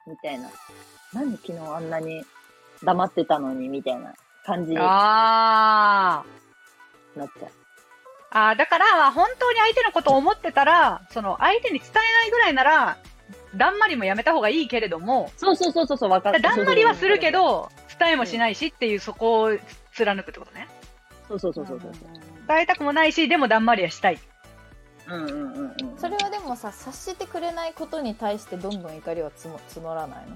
みたいな。なんで昨日あんなに黙ってたのにみたいな感じになっあちゃう。 ー。あー、だから、本当に相手のことを思ってたら、その、相手に伝えないぐらいなら、だんまりもやめた方がいいけれども、 そうそうそうそう、わかる。 だんまりはするけど、伝えもしないしっていう、そこを貫くってことね。 そうそうそうそうそう。 伝えたくもないし、でもだんまりはしたい。 うんうんうんうん。 それはでもさ、察してくれないことに対してどんどん怒りはつも募らないの？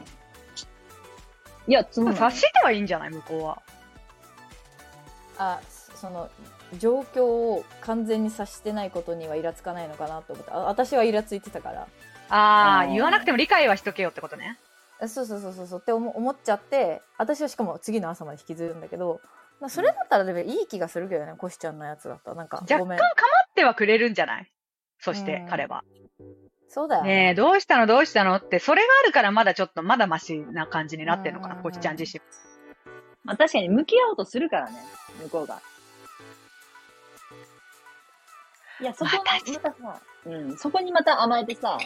いや、つも察してはいいんじゃない向こうは。 あ、その状況を完全に察してないことにはイラつかないのかなと思った。あ、私はイラついてたから。 あー、 あー言わなくても理解はしとけよってことね。 そうそうそうそうそうって思思っちゃって、私はしかも次の朝まで引きずるんだけど、まあそれだったらでもいい気がするけどね、コシちゃんのやつだったらなんか若干構ごめん。 ってはくれるんじゃない？そしてうん彼は。 そうだよねえ、どうしたのどうしたのって、それがあるからまだちょっと、まだマシな感じになってるのかな、 うんコシちゃん自身。 まあ確かに向き合おうとするからね、向こうが。いや、そこにまたさ、うん、そこにまた甘えてさ、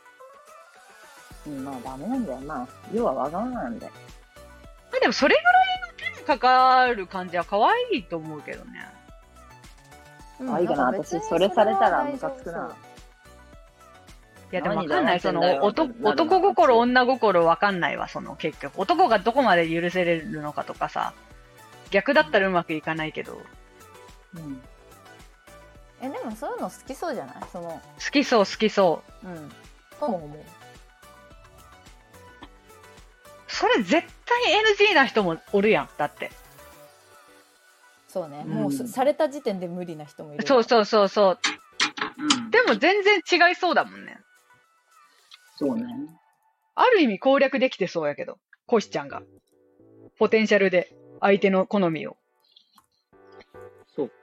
うん、まあダメなんだよ。まあ、要はわがままなんだよ。 まあでもそれぐらいの手にかかる感じは可愛いと思うけどね。 うんあ、いいかな。 なん別に私、それされたらそれはムカつくな。 いやでもわ何かんない。その、 黙ってんだよ男ってなるな男心、女心わかんないわ、その結局。男がどこまで許せれるのかとかさ。逆だったらうまくいかないけど。 うん。 え、でもそういうの好きそうじゃない？その、 好きそう好きそう。 うん。とも思う。 それ絶対 エヌジー な人もおるやん、だって。 そうね。 うんもうすされた時点で無理な人もいる。 そうそうそうそう。 うん。 でも全然違いそうだもんね。 そうね。 ある意味攻略できてそうやけど、コシちゃんが。ポテンシャルで相手の好みを。 そう。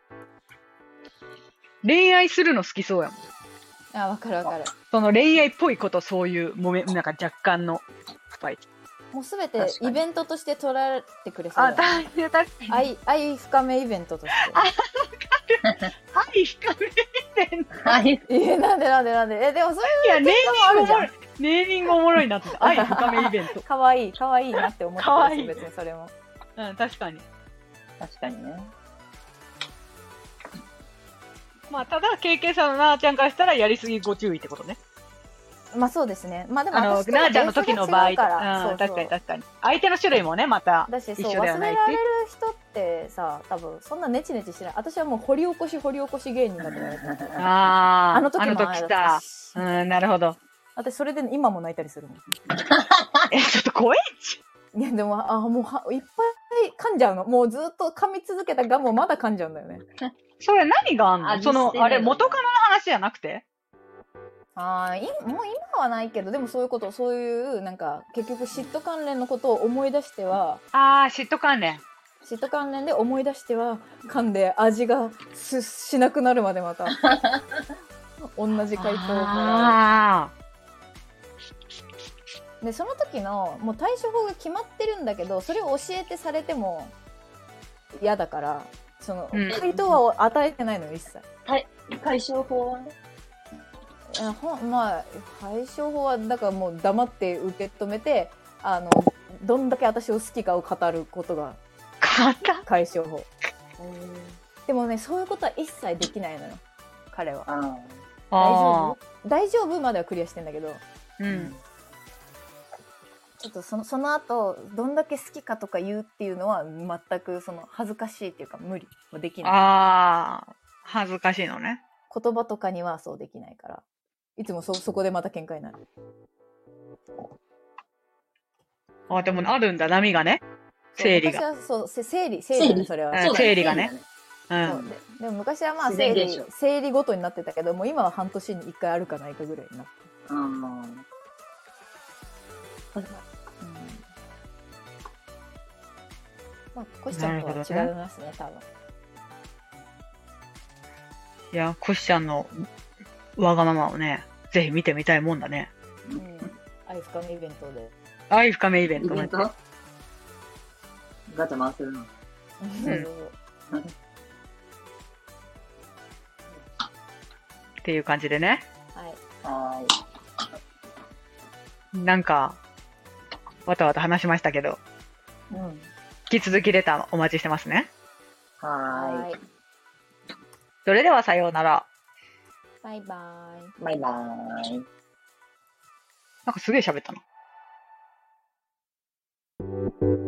恋愛するの好きそうやもん。 あ、わかるわかる。 その恋愛っぽいこと、そういうもめ、なんか若干のスパイス。 もうすべて確かにイベントとして捉えてくれそうあ、 だよね。 だ、確かに。 愛、愛深めイベントとして。 愛深めてんの。 はい。 え、なんでなんでなんでえ、でもそういや、ネーミあるじゃんングおもろい。ネーミングおもろいなってた。愛深めイベントいう。かわいい、かわいいなって思ってかわいいるし、別にそれも。 うん、確かに。 確かにね。 まあ、ただ、ケーケーさんのなーちゃんからしたらやりすぎご注意ってことね。 まあそうですね。まあでもあの、 私ともなーちゃんの時の場合、 ベースが違うからうん、 そうそう確かに確かに。相手の種類もね、まただし、 一そう、 緒ではないし忘れら。れる人ってさ、多分そんなネチネチしない。私はもう掘り起こし掘り起こし芸人だと思ってた。 あー、 あの時もあの時さ。うん、なるほど。 私それで今も泣いたりするもん。 え、ちょっと怖いいやでも、あ、もうはいっぱい噛んじゃうの。もうずっと噛み続けたガムをまだ噛んじゃうんだよね。 それ何があんの味そのして、ないあれ、元カノの話じゃなくてああ、いもう今はないけど、でもそういうこと、そういう、なんか、結局嫉妬関連のことを思い出しては、 あー、嫉妬関連。 嫉妬関連で思い出しては、噛んで味がすしなくなるまでまた、同じ回答をもらあう。で、その時の、もう対処法が決まってるんだけど、それを教えてされても嫌だから、その、 うん回答は与えてないのよ、一切。 はい。解消法はね。 いやほんまあ解消法はだからもう黙って受け止めて、あのどんだけ私を好きかを語ることがー。肩解消法。でもね、そういうことは一切できないのよ、彼は。 あ大丈あ夫大丈夫まではクリアしてんだけど、 ー。うん。 ちょっとそのその後どんだけ好きかとか言うっていうのは全くその恥ずかしいっていうか無理もできない。 あー、恥ずかしいのね。 言葉とかにはそうできないから、いつも そ, そこでまた喧嘩になる。 あ、でもあるんだ、波がね。生理が。 そう私はそうせ生理生理だね、それは。 うんそうだね生理がね。う。 そうんででも昔はまあ自生理然現象生理ごとになってたけども、今は半年にいっかいあるかないかぐらいになって、 あうん、まあコシちゃんとは違いますね、多分。 いや、コシちゃんのわがままをね、ぜひ見てみたいもんだね。 うん、愛深めイベントで。 愛深めイベンイベントトなんて。 ガチャ回せるの。 っていう感じでね。 はい。 はなんか、わたわた話しましたけど、 うん。 引き続きレターお待ちしてますね。 はーい。 い。 それではさようなら。 バイバイ。 バイバーイ。 なんかすげえ喋ったな。